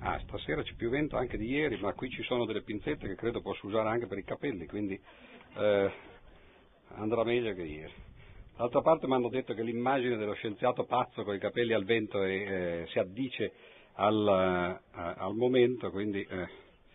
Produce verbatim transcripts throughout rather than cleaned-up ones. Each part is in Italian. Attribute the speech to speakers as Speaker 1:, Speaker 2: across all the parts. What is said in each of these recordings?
Speaker 1: Ah, stasera c'è più vento anche di ieri, ma qui ci sono delle pinzette che credo posso usare anche per i capelli, quindi eh, andrà meglio che ieri. D'altra parte mi hanno detto che l'immagine dello scienziato pazzo con i capelli al vento è, eh, si addice al, uh, al momento, quindi eh,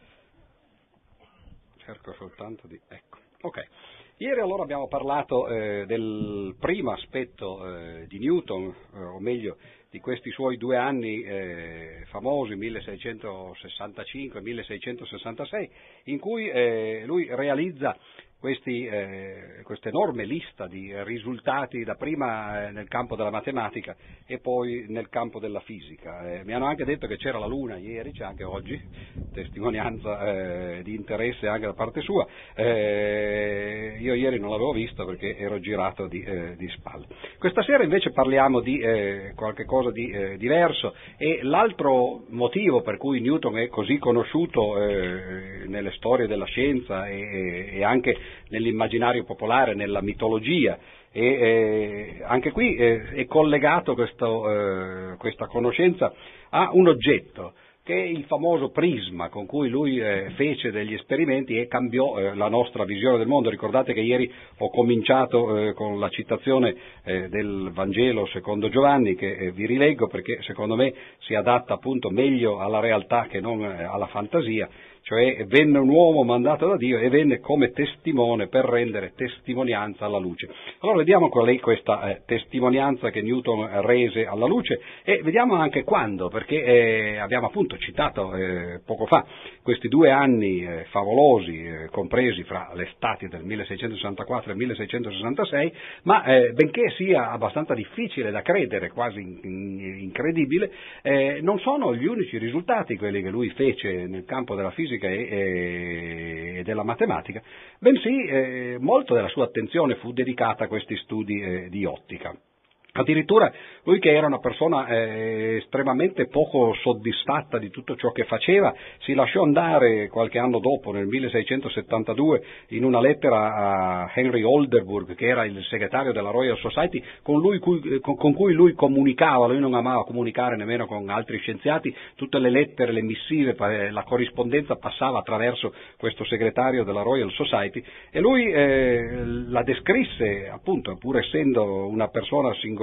Speaker 1: cerco soltanto di... ecco, ok. Ieri allora abbiamo parlato eh, del primo aspetto eh, di Newton, eh, o meglio di questi suoi due anni eh, famosi, milleseicentosessantacinque milleseicentosessantasei, in cui eh, lui realizza questi, eh, questa enorme lista di risultati, dapprima eh, nel campo della matematica e poi nel campo della fisica. Eh, mi hanno anche detto che c'era la Luna ieri, c'è anche oggi, testimonianza eh, di interesse anche da parte sua. Eh, io ieri non l'avevo vista perché ero girato di, eh, di spalle. Questa sera invece parliamo di eh, qualche cosa di eh, diverso, e l'altro motivo per cui Newton è così conosciuto eh, nelle storie della scienza e, e anche nell'immaginario popolare, nella mitologia, e eh, anche qui eh, è collegato questo, eh, questa conoscenza a un oggetto che è il famoso prisma con cui lui eh, fece degli esperimenti e cambiò eh, la nostra visione del mondo. Ricordate che ieri ho cominciato eh, con la citazione eh, del Vangelo secondo Giovanni, che eh, vi rileggo perché secondo me si adatta appunto meglio alla realtà che non eh, alla fantasia. Cioè venne un uomo mandato da Dio e venne come testimone per rendere testimonianza alla luce. Allora vediamo qual è questa eh, testimonianza che Newton rese alla luce, e vediamo anche quando, perché eh, abbiamo appunto citato eh, poco fa questi due anni eh, favolosi eh, compresi fra le estati del milleseicentosessantaquattro e il milleseicentosessantasei, ma eh, benché sia abbastanza difficile da credere, quasi in, in, incredibile, eh, non sono gli unici risultati quelli che lui fece nel campo della fisica e, e della matematica, bensì eh, molto della sua attenzione fu dedicata a questi studi eh, di ottica. Addirittura lui, che era una persona eh, estremamente poco soddisfatta di tutto ciò che faceva, si lasciò andare qualche anno dopo, nel milleseicentosettantadue, in una lettera a Henry Oldenburg, che era il segretario della Royal Society, con, lui, cui, con, con cui lui comunicava. Lui non amava comunicare nemmeno con altri scienziati, tutte le lettere, le missive, la corrispondenza passava attraverso questo segretario della Royal Society, e lui eh, la descrisse, appunto, pur essendo una persona singolarmente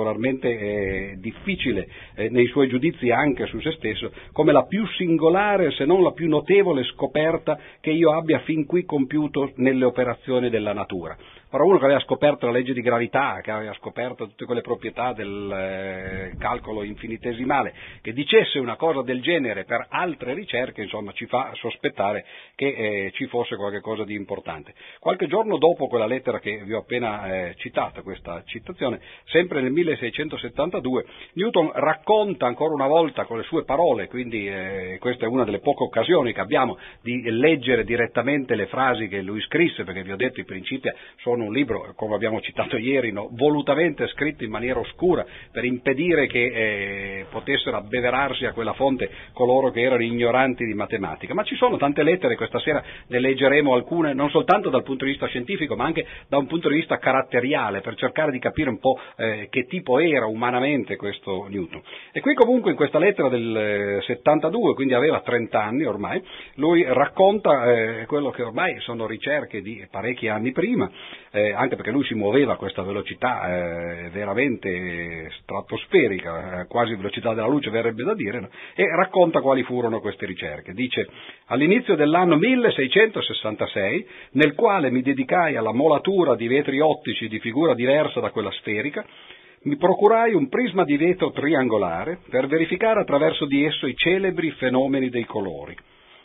Speaker 1: eh, difficile eh, nei suoi giudizi anche su se stesso, come la più singolare, se non la più notevole scoperta che io abbia fin qui compiuto nelle operazioni della natura. Però uno che aveva scoperto la legge di gravità, che aveva scoperto tutte quelle proprietà del eh, calcolo infinitesimale, che dicesse una cosa del genere per altre ricerche, insomma, ci fa sospettare che eh, ci fosse qualche cosa di importante. Qualche giorno dopo quella lettera che vi ho appena eh, citato, questa citazione, sempre nel milleseicentosettantadue, Newton racconta ancora una volta con le sue parole, quindi eh, questa è una delle poche occasioni che abbiamo di leggere direttamente le frasi che lui scrisse, perché vi ho detto i Principia sono un libro, come abbiamo citato ieri, no, volutamente scritto in maniera oscura per impedire che eh, potessero abbeverarsi a quella fonte coloro che erano ignoranti di matematica. Ma ci sono tante lettere, questa sera ne leggeremo alcune, non soltanto dal punto di vista scientifico, ma anche da un punto di vista caratteriale, per cercare di capire un po' eh, che tipo era umanamente questo Newton. E qui comunque in questa lettera del settantadue, quindi aveva trenta anni ormai, lui racconta eh, quello che ormai sono ricerche di parecchi anni prima, Eh, anche perché lui si muoveva a questa velocità eh, veramente stratosferica, eh, quasi velocità della luce verrebbe da dire, no? E racconta quali furono queste ricerche. Dice: all'inizio dell'anno milleseicentosessantasei, nel quale mi dedicai alla molatura di vetri ottici di figura diversa da quella sferica, mi procurai un prisma di vetro triangolare per verificare attraverso di esso i celebri fenomeni dei colori,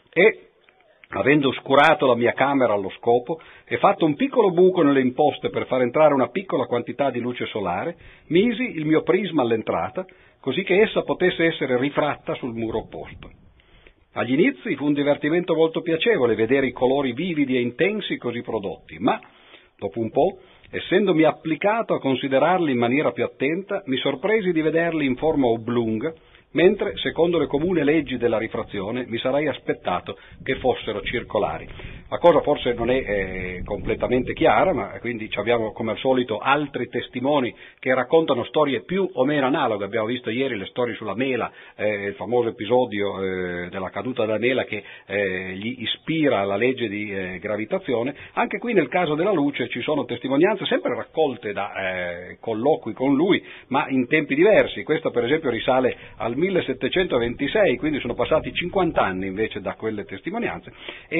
Speaker 1: e avendo oscurato la mia camera allo scopo e fatto un piccolo buco nelle imposte per far entrare una piccola quantità di luce solare, misi il mio prisma all'entrata, così che essa potesse essere rifratta sul muro opposto. Agli inizi fu un divertimento molto piacevole vedere i colori vividi e intensi così prodotti, ma dopo un po', essendomi applicato a considerarli in maniera più attenta, mi sorpresi di vederli in forma oblunga, mentre, secondo le comuni leggi della rifrazione, mi sarei aspettato che fossero circolari. La cosa forse non è eh, completamente chiara, ma quindi abbiamo come al solito altri testimoni che raccontano storie più o meno analoghe. Abbiamo visto ieri le storie sulla mela, eh, il famoso episodio eh, della caduta della mela che eh, gli ispira la legge di eh, gravitazione. Anche qui nel caso della luce ci sono testimonianze sempre raccolte da eh, colloqui con lui, ma in tempi diversi. Questa per esempio risale al millesettecentoventisei, quindi sono passati cinquanta anni invece da quelle testimonianze, e,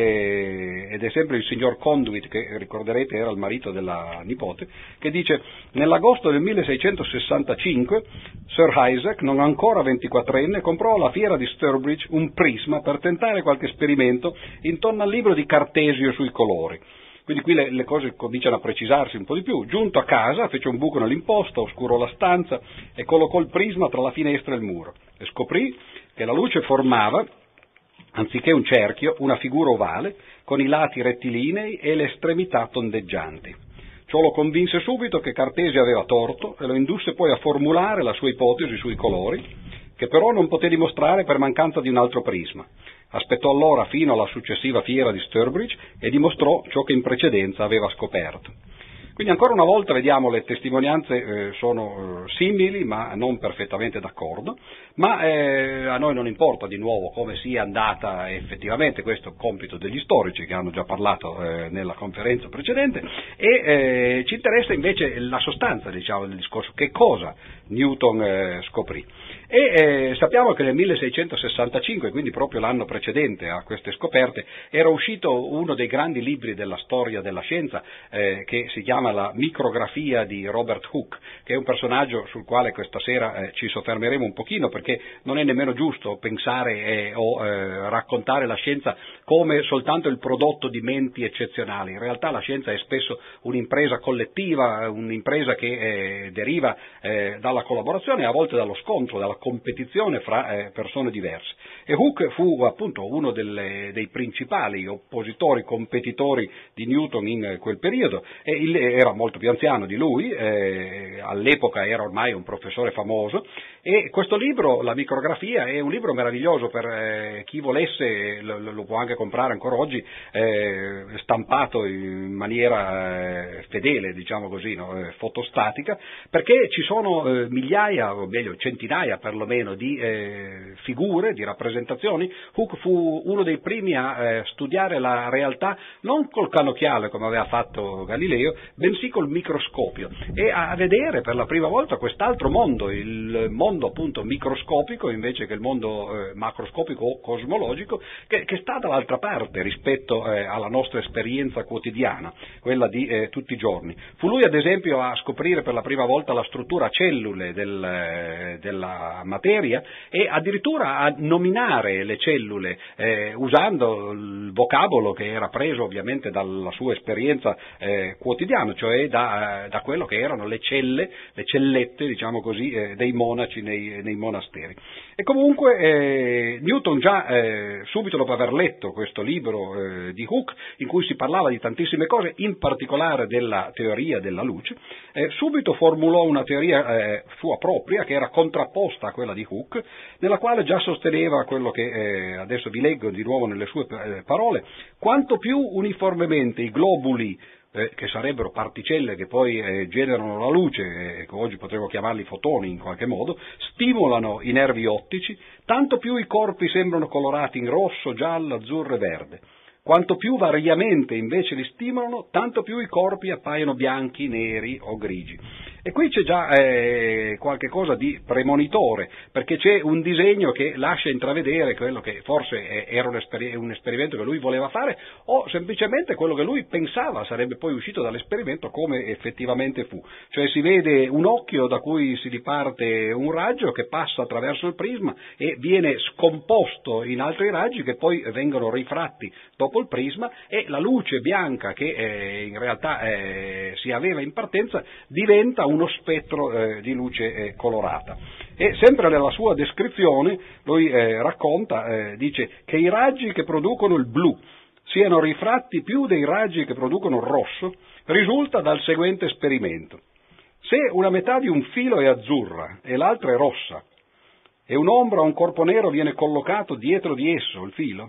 Speaker 1: eh, ed è sempre il signor Conduit, che ricorderete era il marito della nipote, che dice: nell'agosto del milleseicentosessantacinque Sir Isaac, non ancora ventiquattrenne, comprò alla fiera di Sturbridge un prisma per tentare qualche esperimento intorno al libro di Cartesio sui colori. Quindi qui le, le cose cominciano a precisarsi un po' di più. Giunto a casa fece un buco nell'imposta, oscurò la stanza e collocò il prisma tra la finestra e il muro, e scoprì che la luce formava, anziché un cerchio, una figura ovale con i lati rettilinei e le estremità tondeggianti. Ciò lo convinse subito che Cartesio aveva torto e lo indusse poi a formulare la sua ipotesi sui colori, che però non poté dimostrare per mancanza di un altro prisma. Aspettò allora fino alla successiva fiera di Sturbridge e dimostrò ciò che in precedenza aveva scoperto. Quindi ancora una volta vediamo le testimonianze eh, sono eh, simili ma non perfettamente d'accordo, ma eh, a noi non importa di nuovo come sia andata effettivamente, questo è il compito degli storici che hanno già parlato eh, nella conferenza precedente, e eh, ci interessa invece la sostanza, diciamo, del discorso, che cosa Newton eh, scoprì. E eh, sappiamo che nel milleseicentosessantacinque, quindi proprio l'anno precedente a queste scoperte, era uscito uno dei grandi libri della storia della scienza eh, che si chiama La micrografia di Robert Hooke, che è un personaggio sul quale questa sera eh, ci soffermeremo un pochino, perché non è nemmeno giusto pensare eh, o eh, raccontare la scienza come soltanto il prodotto di menti eccezionali. In realtà la scienza è spesso un'impresa collettiva, un'impresa che eh, deriva eh, dalla collaborazione e a volte dallo scontro, dalla competizione fra eh, persone diverse. E Hooke fu appunto uno delle, dei principali oppositori, competitori di Newton in quel periodo, e il, era molto più anziano di lui, eh, all'epoca era ormai un professore famoso, e questo libro, La micrografia, è un libro meraviglioso per eh, chi volesse, lo, lo può anche comprare ancora oggi, eh, stampato in maniera eh, fedele, diciamo così, no? eh, fotostatica, perché ci sono eh, migliaia, o meglio centinaia perlomeno, di eh, figure, di rappresentazioni. Hooke fu uno dei primi a eh, studiare la realtà non col cannocchiale come aveva fatto Galileo, bensì col microscopio, e a vedere per la prima volta quest'altro mondo, il mondo appunto microscopico invece che il mondo eh, macroscopico o cosmologico, che, che sta dall'altra parte rispetto eh, alla nostra esperienza quotidiana, quella di eh, tutti i giorni. Fu lui ad esempio a scoprire per la prima volta la struttura a cellule del, eh, della materia, e addirittura a nominare le cellule eh, usando il vocabolo che era preso ovviamente dalla sua esperienza eh, quotidiana, cioè da, eh, da quello che erano le celle, le cellette, diciamo così, eh, dei monaci nei, nei monasteri. E comunque eh, Newton già eh, subito dopo aver letto questo libro eh, di Hooke, in cui si parlava di tantissime cose, in particolare della teoria della luce, eh, subito formulò una teoria eh, sua propria, che era contrapposta a quella di Hooke, nella quale già sosteneva quello che eh, adesso vi leggo di nuovo nelle sue eh, parole: quanto più uniformemente i globuli, eh, che sarebbero particelle che poi eh, generano la luce, eh, che oggi potremmo chiamarli fotoni in qualche modo, stimolano i nervi ottici, tanto più i corpi sembrano colorati in rosso, giallo, azzurro e verde. Quanto più variamente invece li stimolano, tanto più i corpi appaiono bianchi, neri o grigi. E qui c'è già eh, qualche cosa di premonitore, perché c'è un disegno che lascia intravedere quello che forse era un, esper- un esperimento che lui voleva fare, o semplicemente quello che lui pensava sarebbe poi uscito dall'esperimento, come effettivamente fu. Cioè si vede un occhio da cui si diparte un raggio che passa attraverso il prisma e viene scomposto in altri raggi che poi vengono rifratti dopo il prisma, e la luce bianca che eh, in realtà eh, si aveva in partenza diventa un uno spettro eh, di luce eh, colorata. E sempre nella sua descrizione lui eh, racconta, eh, dice che i raggi che producono il blu siano rifratti più dei raggi che producono il rosso risulta dal seguente esperimento: se una metà di un filo è azzurra e l'altra è rossa, e un'ombra o un corpo nero viene collocato dietro di esso, il filo,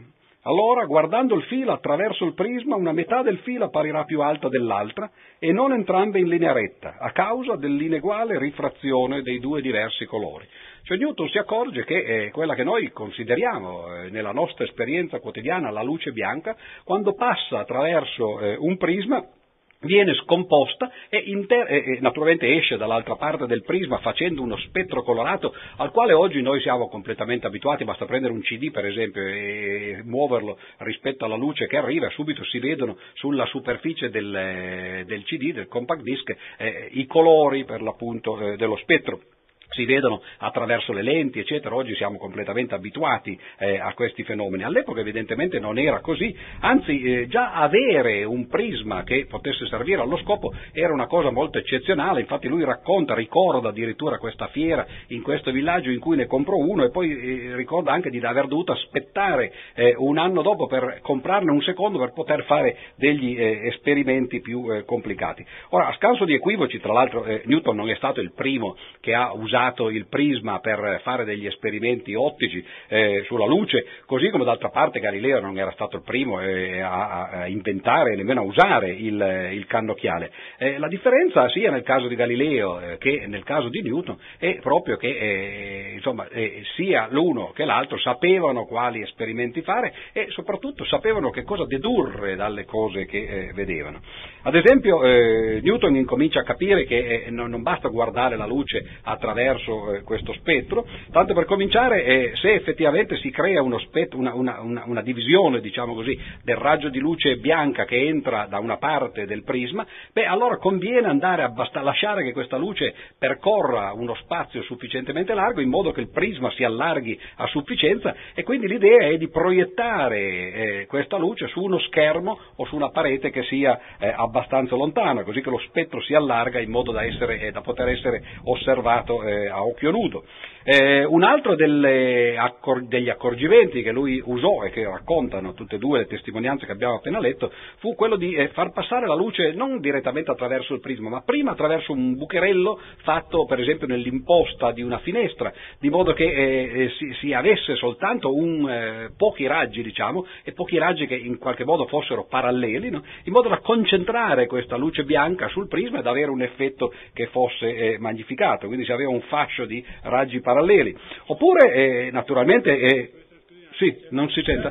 Speaker 1: Allora, guardando il filo attraverso il prisma, una metà del filo apparirà più alta dell'altra e non entrambe in linea retta, a causa dell'ineguale rifrazione dei due diversi colori. Cioè Newton si accorge che eh, quella che noi consideriamo eh, nella nostra esperienza quotidiana la luce bianca, quando passa attraverso eh, un prisma, viene scomposta e, inter- e naturalmente esce dall'altra parte del prisma facendo uno spettro colorato al quale oggi noi siamo completamente abituati. Basta prendere un C D per esempio e muoverlo rispetto alla luce che arriva, subito si vedono sulla superficie del, del C D, del compact disc, eh, i colori per l'appunto eh, dello spettro. Si vedono attraverso le lenti, eccetera. Oggi siamo completamente abituati eh, a questi fenomeni. All'epoca evidentemente non era così, anzi eh, già avere un prisma che potesse servire allo scopo era una cosa molto eccezionale. Infatti lui racconta, ricorda addirittura questa fiera in questo villaggio in cui ne comprò uno e poi eh, ricorda anche di aver dovuto aspettare eh, un anno dopo per comprarne un secondo per poter fare degli eh, esperimenti più eh, complicati. Ora, a scanso di equivoci, tra l'altro eh, Newton non è stato il primo che ha usato il prisma per fare degli esperimenti ottici eh, sulla luce, così come d'altra parte Galileo non era stato il primo eh, a, a inventare, nemmeno a usare il, il cannocchiale. Eh, la differenza sia nel caso di Galileo eh, che nel caso di Newton è proprio che eh, insomma, eh, sia l'uno che l'altro sapevano quali esperimenti fare e soprattutto sapevano che cosa dedurre dalle cose che eh, vedevano. Ad esempio eh, Newton incomincia a capire che eh, non, non basta guardare la luce attraverso eh, questo spettro, tanto per cominciare eh, se effettivamente si crea uno spettro, una, una, una, una divisione, diciamo così, del raggio di luce bianca che entra da una parte del prisma, beh allora conviene andare a basta, lasciare che questa luce percorra uno spazio sufficientemente largo in modo che il prisma si allarghi a sufficienza e quindi l'idea è di proiettare eh, questa luce su uno schermo o su una parete che sia eh, abbastanza lontana, così che lo spettro si allarga in modo da, essere, eh, da poter essere osservato eh, a occhio nudo. Eh, un altro delle, accor- degli accorgimenti che lui usò e che raccontano tutte e due le testimonianze che abbiamo appena letto fu quello di eh, far passare la luce non direttamente attraverso il prisma, ma prima attraverso un bucherello fatto per esempio nell'imposta di una finestra, di modo che eh, si, si avesse soltanto un, eh, pochi raggi, diciamo, e pochi raggi che in qualche modo fossero paralleli, no? In modo da concentrare questa luce bianca sul prisma ed avere un effetto che fosse eh, magnificato, quindi si aveva un fascio di raggi paralleli. Oppure, eh, naturalmente, eh, sì, non si senta.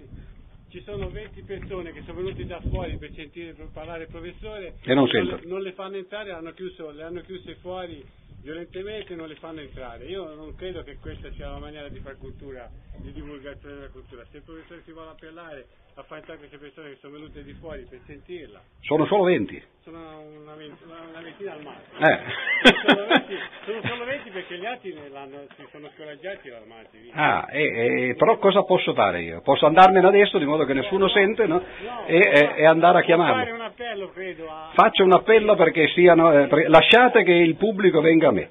Speaker 2: Ci sono venti persone che sono venute da fuori per sentire parlare il professore
Speaker 1: e non,
Speaker 2: non, le, non le fanno entrare, hanno chiuso, le hanno chiuse fuori violentemente e non le fanno entrare. Io non credo che questa sia la maniera di fare cultura, di divulgazione della cultura. Se il professore si vuole appellare a fare entrare queste persone che sono venute di fuori per sentirla.
Speaker 1: Sono solo venti.
Speaker 2: Sono una, ventina, una ventina al massimo.
Speaker 1: Eh.
Speaker 2: Sono, venti, sono solo venti perché gli altri si sono scoraggiati davanti.
Speaker 1: Ah, eh, eh, però cosa posso fare io? Posso andarmene adesso di modo che nessuno no, sente, no?
Speaker 2: No,
Speaker 1: e, e, e andare a chiamarlo.
Speaker 2: Fare un appello, credo, a...
Speaker 1: Faccio un appello perché siano, eh, perché lasciate che il pubblico venga a me.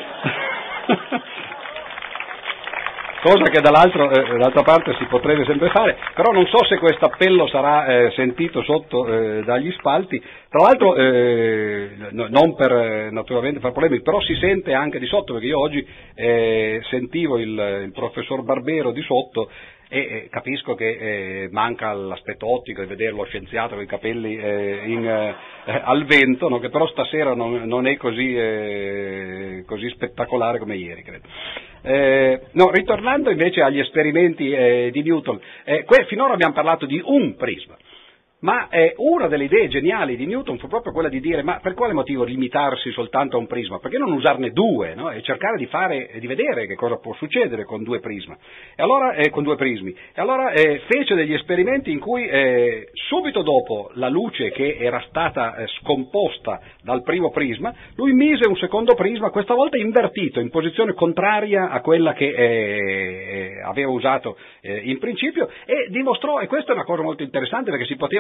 Speaker 1: Cosa che dall'altro, eh, dall'altra parte si potrebbe sempre fare, però non so se questo appello sarà eh, sentito sotto eh, dagli spalti. Tra l'altro, eh, no, non per eh, naturalmente per problemi, però si sente anche di sotto, perché io oggi eh, sentivo il, il professor Barbero di sotto e eh, capisco che eh, manca l'aspetto ottico di vedere lo scienziato con i capelli eh, in, eh, al vento, no? Che però stasera non, non è così, eh, così spettacolare come ieri, credo. Eh, no, ritornando invece agli esperimenti eh, di Newton, eh, que- finora abbiamo parlato di un prisma. Ma eh, una delle idee geniali di Newton fu proprio quella di dire: ma per quale motivo limitarsi soltanto a un prisma? Perché non usarne due, no? E cercare di fare, di vedere che cosa può succedere con due prisma. E allora, eh, con due prismi. E allora eh, fece degli esperimenti in cui eh, subito dopo la luce che era stata eh, scomposta dal primo prisma, lui mise un secondo prisma, questa volta invertito, in posizione contraria a quella che eh, aveva usato eh, in principio, e dimostrò, e questa è una cosa molto interessante perché si poteva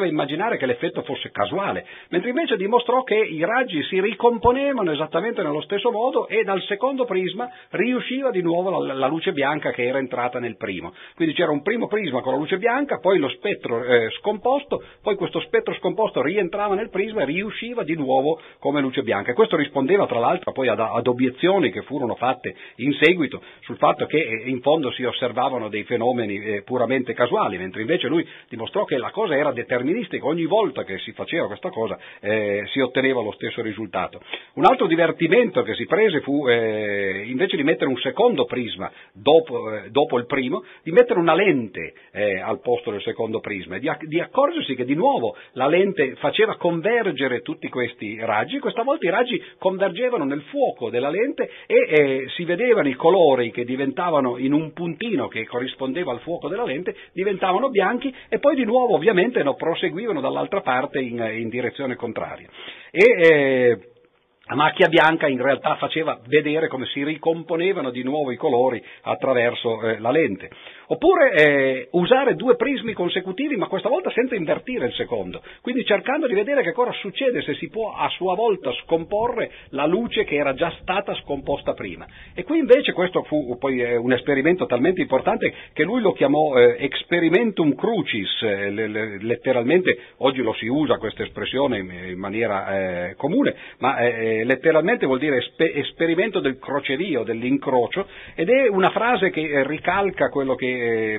Speaker 1: immaginare che l'effetto fosse casuale, mentre invece dimostrò che i raggi si ricomponevano esattamente nello stesso modo e dal secondo prisma riusciva di nuovo la, la luce bianca che era entrata nel primo. Quindi c'era un primo prisma con la luce bianca, poi lo spettro eh, scomposto, poi questo spettro scomposto rientrava nel prisma e riusciva di nuovo come luce bianca. E questo rispondeva tra l'altro poi ad, ad obiezioni che furono fatte in seguito sul fatto che eh, in fondo si osservavano dei fenomeni eh, puramente casuali, mentre invece lui dimostrò che la cosa era deterministica, ogni volta che si faceva questa cosa eh, si otteneva lo stesso risultato. Un altro divertimento che si prese fu eh, invece di mettere un secondo prisma dopo, eh, dopo il primo, di mettere una lente eh, al posto del secondo prisma e di, di accorgersi che di nuovo la lente faceva convergere tutti questi raggi. Questa volta i raggi convergevano nel fuoco della lente e eh, si vedevano i colori che diventavano in un puntino che corrispondeva al fuoco della lente, diventavano bianchi e poi di nuovo ovviamente no, proseguivano dall'altra parte in, in direzione contraria. E, eh, La macchia bianca in realtà faceva vedere come si ricomponevano di nuovo i colori attraverso eh, la lente. Oppure eh, usare due prismi consecutivi, ma questa volta senza invertire il secondo, quindi cercando di vedere che cosa succede se si può a sua volta scomporre la luce che era già stata scomposta prima. E qui invece questo fu poi eh, un esperimento talmente importante che lui lo chiamò eh, experimentum crucis, eh, le, le, letteralmente oggi lo si usa questa espressione in, in maniera eh, comune, ma eh, letteralmente vuol dire esper- esperimento del crocevio, dell'incrocio, ed è una frase che eh, ricalca quello che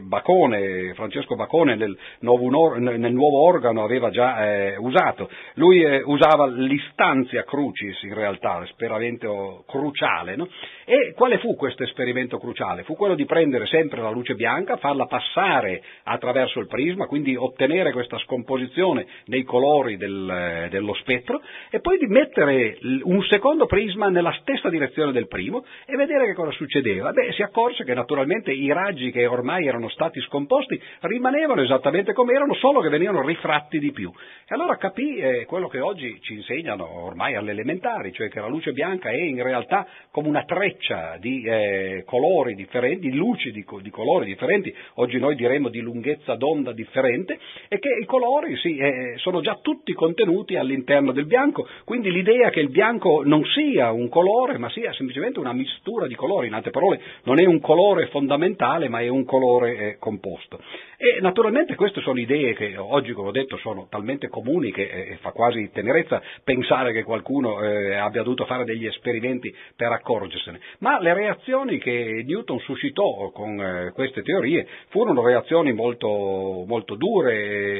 Speaker 1: Bacone, Francesco Bacone nel nuovo, nel nuovo organo aveva già eh, usato. Lui eh, usava l'istantia crucis in realtà, l'esperimento cruciale, no? E quale fu questo esperimento cruciale? Fu quello di prendere sempre la luce bianca, farla passare attraverso il prisma, quindi ottenere questa scomposizione dei colori del, dello spettro, e poi di mettere un secondo prisma nella stessa direzione del primo e vedere che cosa succedeva. Beh, si accorse che naturalmente i raggi che ormai erano stati scomposti rimanevano esattamente come erano, solo che venivano rifratti di più. E allora capì eh, quello che oggi ci insegnano ormai alle elementari, cioè che la luce bianca è in realtà come una treccia di eh, colori differenti, di luci di, di colori differenti, oggi noi diremmo di lunghezza d'onda differente, e che i colori sì, eh, sono già tutti contenuti all'interno del bianco, quindi l'idea che il bianco non sia un colore ma sia semplicemente una mistura di colori, in altre parole non è un colore fondamentale ma è un colore eh, composto. E naturalmente queste sono idee che oggi, come ho detto, sono talmente comuni che eh, fa quasi tenerezza pensare che qualcuno eh, abbia dovuto fare degli esperimenti per accorgersene, ma le reazioni che Newton suscitò con eh, queste teorie furono reazioni molto, molto dure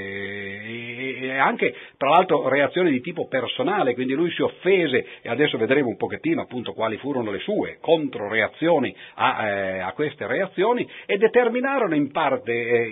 Speaker 1: e, e anche tra l'altro reazioni di tipo personale, quindi lui si offese, e adesso vedremo un pochettino appunto quali furono le sue controreazioni a, eh, a queste reazioni, e determinarono in parte eh,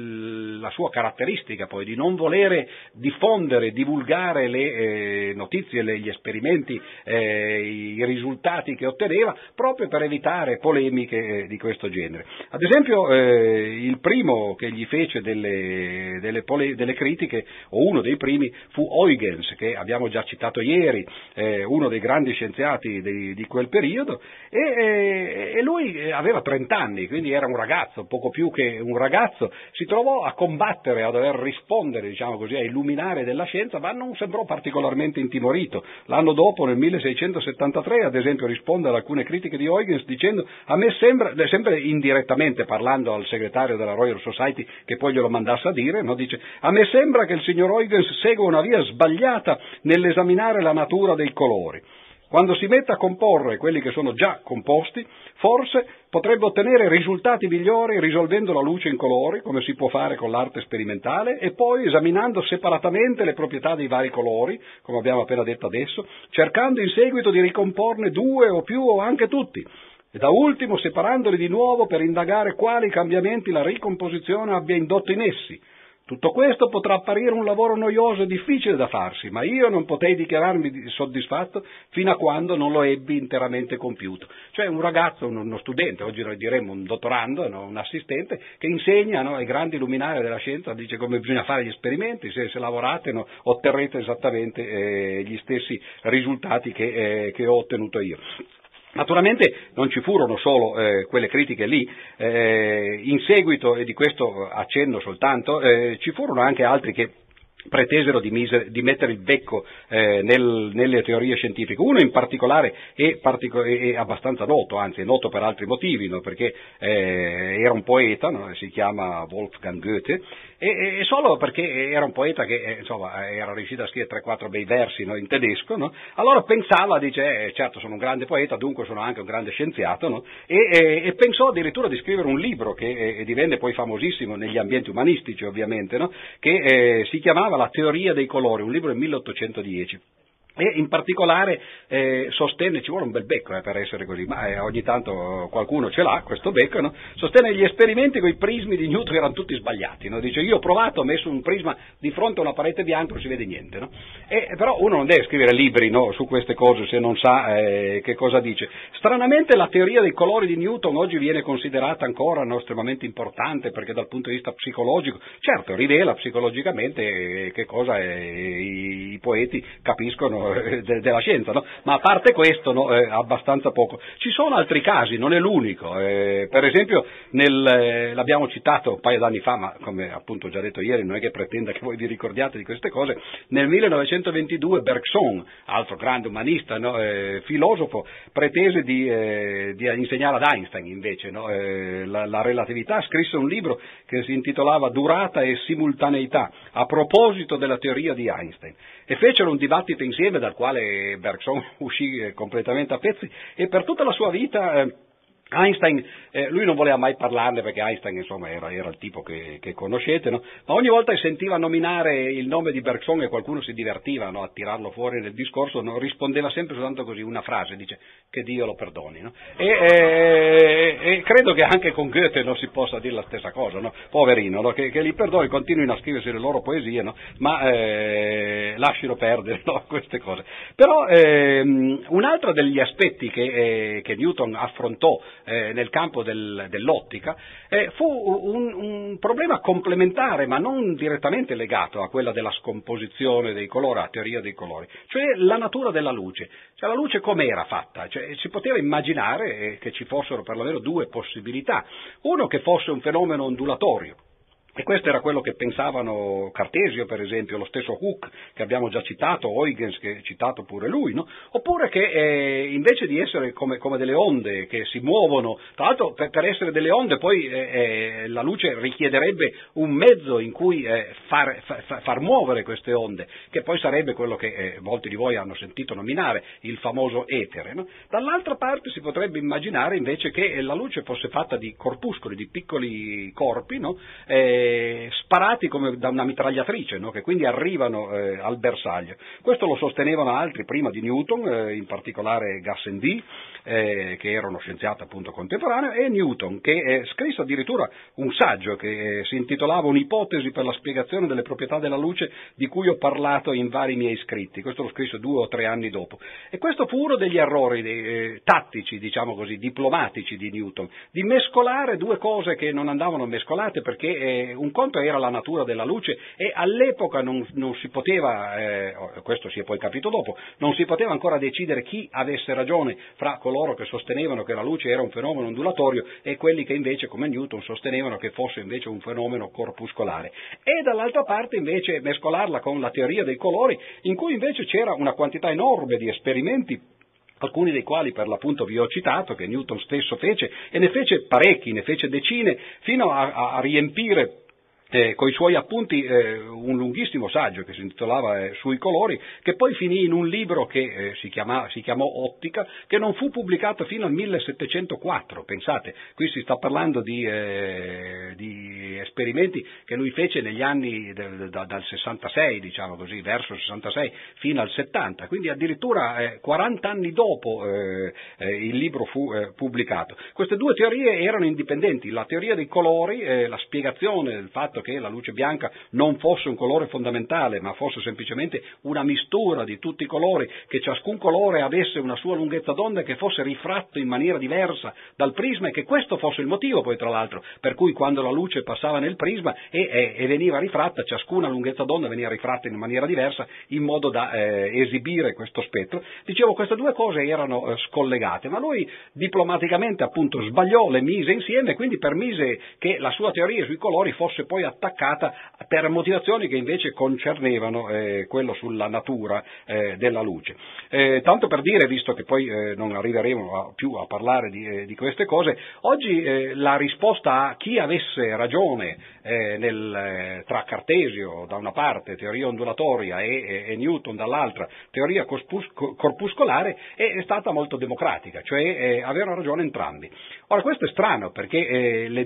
Speaker 1: il, la sua caratteristica poi di non volere diffondere, divulgare le eh, notizie, le, gli esperimenti, eh, i risultati che otteneva, proprio per evitare polemiche eh, di questo genere. Ad esempio eh, il primo che gli fece delle, delle, pole, delle critiche, o uno dei primi, fu Huygens, che abbiamo già citato ieri, eh, uno dei grandi scienziati di, di quel periodo, e, e, e lui aveva trenta anni, quindi era un ragazzo, poco più che un ragazzo, si trovò a combattere, a dover rispondere, diciamo così, ai luminari della scienza, ma non sembrò particolarmente intimorito. L'anno dopo, nel milleseicentosettantatré, ad esempio, risponde ad alcune critiche di Huygens dicendo: a me sembra, sempre indirettamente parlando al segretario della Royal Society che poi glielo mandasse a dire, no? Dice: a me sembra che il signor Huygens segua una via sbagliata nell'esaminare la natura dei colori. Quando si mette a comporre quelli che sono già composti, forse potrebbe ottenere risultati migliori risolvendo la luce in colori, come si può fare con l'arte sperimentale, e poi esaminando separatamente le proprietà dei vari colori, come abbiamo appena detto adesso, cercando in seguito di ricomporne due o più o anche tutti, e da ultimo separandoli di nuovo per indagare quali cambiamenti la ricomposizione abbia indotto in essi. Tutto questo potrà apparire un lavoro noioso e difficile da farsi, ma io non potei dichiararmi soddisfatto fino a quando non lo ebbi interamente compiuto. Cioè un ragazzo, uno studente, oggi noi diremmo un dottorando, no? Un assistente, che insegna, no, ai grandi luminari della scienza, dice come bisogna fare gli esperimenti, se, se lavorate, no, otterrete esattamente eh, gli stessi risultati che, eh, che ho ottenuto io. Naturalmente non ci furono solo eh, quelle critiche lì, eh, in seguito, e di questo accenno soltanto, eh, ci furono anche altri che pretesero di, mise, di mettere il becco eh, nel, nelle teorie scientifiche. Uno in particolare è, partico- è abbastanza noto, anzi è noto per altri motivi, no? Perché eh, era un poeta, no? Si chiama Wolfgang Goethe, e, e solo perché era un poeta che eh, insomma, era riuscito a scrivere tre quattro bei versi, no? In tedesco, no? Allora pensava, dice, eh, certo sono un grande poeta, dunque sono anche un grande scienziato, no? e, e, e pensò addirittura di scrivere un libro che eh, divenne poi famosissimo negli ambienti umanistici ovviamente, no? Che eh, si chiamava La teoria dei colori, un libro del milleottocentodieci. E in particolare eh, sostenne, ci vuole un bel becco eh, per essere così, ma eh, ogni tanto qualcuno ce l'ha questo becco, no? Sostenne che gli esperimenti con i prismi di Newton erano tutti sbagliati, no? Dice io ho provato, ho messo un prisma di fronte a una parete bianca, non si vede niente, no? E, però uno non deve scrivere libri, no, su queste cose se non sa eh, che cosa dice. Stranamente la teoria dei colori di Newton oggi viene considerata ancora no, estremamente importante perché dal punto di vista psicologico, certo rivela psicologicamente eh, che cosa eh, i, i poeti capiscono De, della scienza, no? Ma a parte questo no, eh, abbastanza poco. Ci sono altri casi, non è l'unico, eh, per esempio nel, eh, l'abbiamo citato un paio d'anni fa, ma come appunto ho già detto ieri non è che pretenda che voi vi ricordiate di queste cose, nel millenovecentoventidue Bergson, altro grande umanista, no, eh, filosofo, pretese di, eh, di insegnare ad Einstein invece no, eh, la, la relatività, scrisse un libro che si intitolava Durata e simultaneità, a proposito della teoria di Einstein, e fecero un dibattito insieme dal quale Bergson uscì completamente a pezzi e per tutta la sua vita eh, Einstein, eh, lui non voleva mai parlarne perché Einstein insomma era, era il tipo che, che conoscete, no? Ma ogni volta che sentiva nominare il nome di Bergson e qualcuno si divertiva no? a tirarlo fuori nel discorso, no? Rispondeva sempre soltanto così, una frase, dice che Dio lo perdoni. No? E, e, e credo che anche con Goethe non si possa dire la stessa cosa, no? Poverino, no? che, che li perdoni, continuino a scriversi le loro poesie, no? ma eh, lasciano perdere no? queste cose. Però ehm, un altro degli aspetti che, eh, che Newton affrontò Eh, nel campo del, dell'ottica, eh, fu un, un problema complementare ma non direttamente legato a quella della scomposizione dei colori, a teoria dei colori, cioè la natura della luce. Cioè la luce com'era fatta? Cioè, si poteva immaginare eh, che ci fossero perlomeno due possibilità, uno che fosse un fenomeno ondulatorio. E questo era quello che pensavano Cartesio, per esempio, lo stesso Hooke, che abbiamo già citato, Huygens, che è citato pure lui, no? Oppure che eh, invece di essere come, come delle onde che si muovono, tra l'altro per, per essere delle onde poi eh, la luce richiederebbe un mezzo in cui eh, far, far, far muovere queste onde, che poi sarebbe quello che eh, molti di voi hanno sentito nominare, il famoso etere. No? Dall'altra parte si potrebbe immaginare invece che la luce fosse fatta di corpuscoli, di piccoli corpi, no? eh, sparati come da una mitragliatrice, no? che quindi arrivano eh, al bersaglio. Questo lo sostenevano altri prima di Newton, eh, in particolare Gassendi, eh, che era uno scienziato appunto contemporaneo, e Newton, che eh, scrisse addirittura un saggio che eh, si intitolava Un'ipotesi per la spiegazione delle proprietà della luce, di cui ho parlato in vari miei scritti. Questo lo scrisse due o tre anni dopo. E questo fu uno degli errori eh, tattici, diciamo così, diplomatici di Newton, di mescolare due cose che non andavano mescolate, perché eh, un conto era la natura della luce e all'epoca non, non si poteva, eh, questo si è poi capito dopo, non si poteva ancora decidere chi avesse ragione fra coloro che sostenevano che la luce era un fenomeno ondulatorio e quelli che invece, come Newton, sostenevano che fosse invece un fenomeno corpuscolare. E dall'altra parte invece mescolarla con la teoria dei colori, in cui invece c'era una quantità enorme di esperimenti, alcuni dei quali per l'appunto vi ho citato, che Newton stesso fece, e ne fece parecchi, ne fece decine, fino a, a riempire Eh, con i suoi appunti eh, un lunghissimo saggio che si intitolava eh, Sui colori, che poi finì in un libro che eh, si, chiama, si chiamò Ottica, che non fu pubblicato fino al millesettecentoquattro. Pensate, qui si sta parlando di, eh, di esperimenti che lui fece negli anni del, da, dal sessantasei, diciamo così, verso il sessantasei fino al settanta, quindi addirittura eh, quaranta anni dopo eh, eh, il libro fu eh, pubblicato. Queste due teorie erano indipendenti, la teoria dei colori, eh, la spiegazione del fatto che la luce bianca non fosse un colore fondamentale, ma fosse semplicemente una mistura di tutti i colori, che ciascun colore avesse una sua lunghezza d'onda e che fosse rifratto in maniera diversa dal prisma, e che questo fosse il motivo poi tra l'altro per cui quando la luce passava nel prisma e, e, e veniva rifratta, ciascuna lunghezza d'onda veniva rifratta in maniera diversa in modo da eh, esibire questo spettro. Dicevo, queste due cose erano eh, scollegate, ma lui diplomaticamente appunto sbagliò, le mise insieme e quindi permise che la sua teoria sui colori fosse poi attaccata per motivazioni che invece concernevano eh, quello sulla natura eh, della luce. Eh, tanto per dire, visto che poi eh, non arriveremo a, più a parlare di, eh, di queste cose, oggi eh, la risposta a chi avesse ragione eh, nel, eh, tra Cartesio da una parte, teoria ondulatoria, e, e, e Newton dall'altra, teoria corpus, corpuscolare, è, è stata molto democratica, cioè eh, avevano ragione entrambi. Ora questo è strano perché eh, le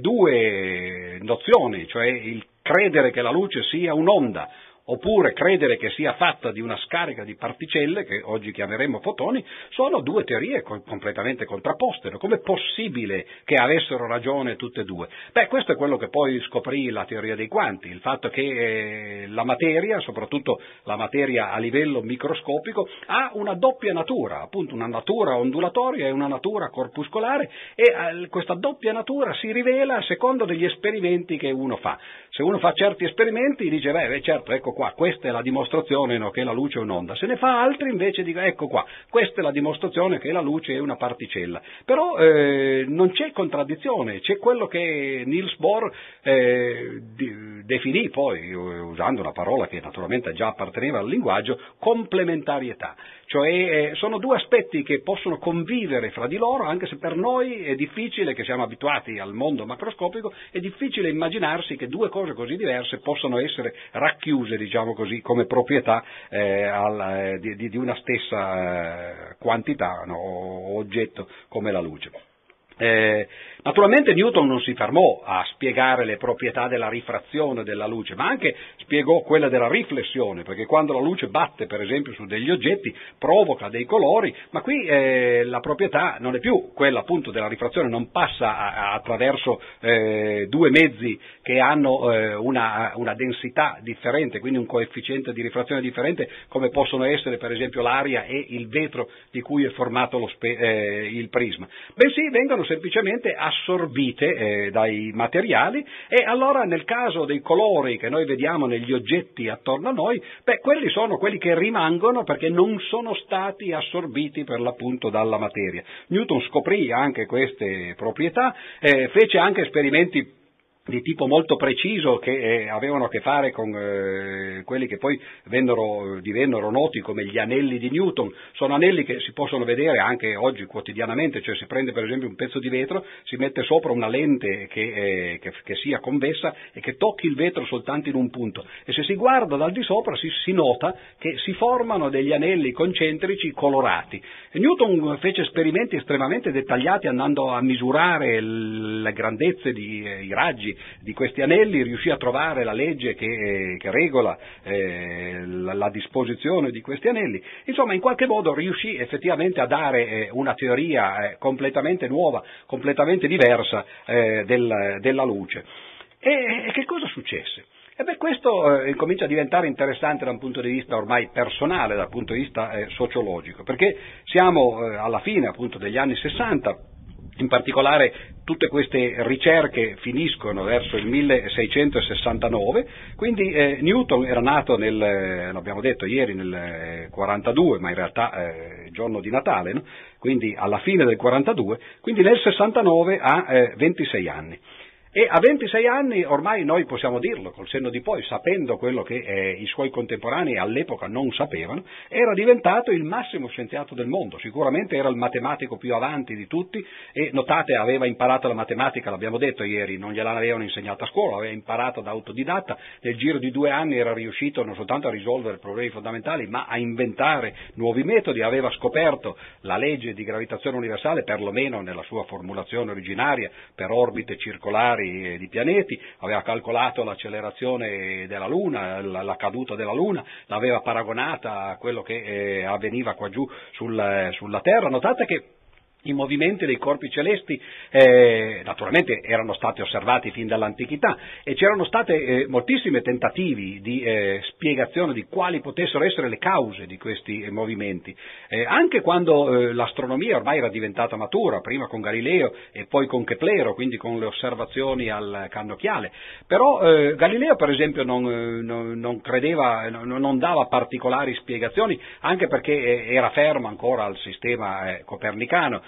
Speaker 1: due nozioni, cioè il credere che la luce sia un'onda oppure credere che sia fatta di una scarica di particelle, che oggi chiameremo fotoni, sono due teorie co- completamente contrapposte. Com'è possibile che avessero ragione tutte e due? Beh, questo è quello che poi scoprì la teoria dei quanti, il fatto che eh, la materia, soprattutto la materia a livello microscopico, ha una doppia natura, appunto una natura ondulatoria e una natura corpuscolare, e eh, questa doppia natura si rivela a secondo degli esperimenti che uno fa. Se uno fa certi esperimenti dice, beh, beh certo, ecco qua, questa è la dimostrazione, no, che la luce è un'onda. Se ne fa altri invece dico, ecco qua, questa è la dimostrazione che la luce è una particella. Però eh, non c'è contraddizione, c'è quello che Niels Bohr eh, di, definì poi, usando una parola che naturalmente già apparteneva al linguaggio, complementarietà. Cioè eh, sono due aspetti che possono convivere fra di loro, anche se per noi è difficile, che siamo abituati al mondo macroscopico, è difficile immaginarsi che due cose così diverse possano essere racchiuse, diciamo così, come proprietà eh, al, eh, di, di una stessa eh, quantità, no, o oggetto come la luce. Eh, naturalmente Newton non si fermò a spiegare le proprietà della rifrazione della luce, ma anche spiegò quella della riflessione, perché quando la luce batte per esempio su degli oggetti provoca dei colori, ma qui eh, la proprietà non è più quella appunto della rifrazione, non passa a, a, attraverso eh, due mezzi che hanno eh, una, una densità differente, quindi un coefficiente di rifrazione differente, come possono essere per esempio l'aria e il vetro di cui è formato lo spe, eh, il prisma, bensì vengono semplicemente assorbite eh, dai materiali, e allora nel caso dei colori che noi vediamo negli oggetti attorno a noi, beh, quelli sono quelli che rimangono perché non sono stati assorbiti per l'appunto dalla materia. Newton scoprì anche queste proprietà, eh, fece anche esperimenti di tipo molto preciso che eh, avevano a che fare con eh, quelli che poi vennero, divennero noti come gli anelli di Newton. Sono anelli che si possono vedere anche oggi quotidianamente, cioè si prende per esempio un pezzo di vetro, si mette sopra una lente che, eh, che, che sia convessa e che tocchi il vetro soltanto in un punto, e se si guarda dal di sopra si, si nota che si formano degli anelli concentrici colorati. E Newton fece esperimenti estremamente dettagliati andando a misurare le grandezze di eh, i raggi di questi anelli, riuscì a trovare la legge che, che regola eh, la, la disposizione di questi anelli. Insomma, in qualche modo riuscì effettivamente a dare eh, una teoria eh, completamente nuova, completamente diversa eh, del, della luce. E, e che cosa successe? E beh, questo eh, comincia a diventare interessante da un punto di vista ormai personale, dal punto di vista eh, sociologico, perché siamo eh, alla fine appunto degli anni sessanta. In particolare tutte queste ricerche finiscono verso il milleseicentosessantanove, quindi eh, Newton era nato nel, eh, l'abbiamo detto ieri, nel quarantadue, ma in realtà eh, giorno di Natale, no? Quindi alla fine del quarantadue, quindi nel sessantanove ha eh, ventisei anni. E a ventisei anni ormai noi possiamo dirlo col senno di poi, sapendo quello che eh, i suoi contemporanei all'epoca non sapevano, era diventato il massimo scienziato del mondo. Sicuramente era il matematico più avanti di tutti, e notate, aveva imparato la matematica, l'abbiamo detto ieri, non gliel'avevano insegnata a scuola, aveva imparato da autodidatta. Nel giro di due anni era riuscito non soltanto a risolvere problemi fondamentali, ma a inventare nuovi metodi. Aveva scoperto la legge di gravitazione universale, perlomeno nella sua formulazione originaria, per orbite circolari di pianeti, aveva calcolato l'accelerazione della Luna, la, la caduta della Luna, l'aveva paragonata a quello che eh, avveniva qua giù sul, sulla Terra. Notate che i movimenti dei corpi celesti eh, naturalmente erano stati osservati fin dall'antichità, e c'erano stati eh, moltissimi tentativi di eh, spiegazione di quali potessero essere le cause di questi eh, movimenti, eh, anche quando eh, l'astronomia ormai era diventata matura, prima con Galileo e poi con Keplero, quindi con le osservazioni al cannocchiale. Però eh, Galileo per esempio non, eh, non, non credeva, non, non dava particolari spiegazioni, anche perché eh, era fermo ancora al sistema eh, copernicano.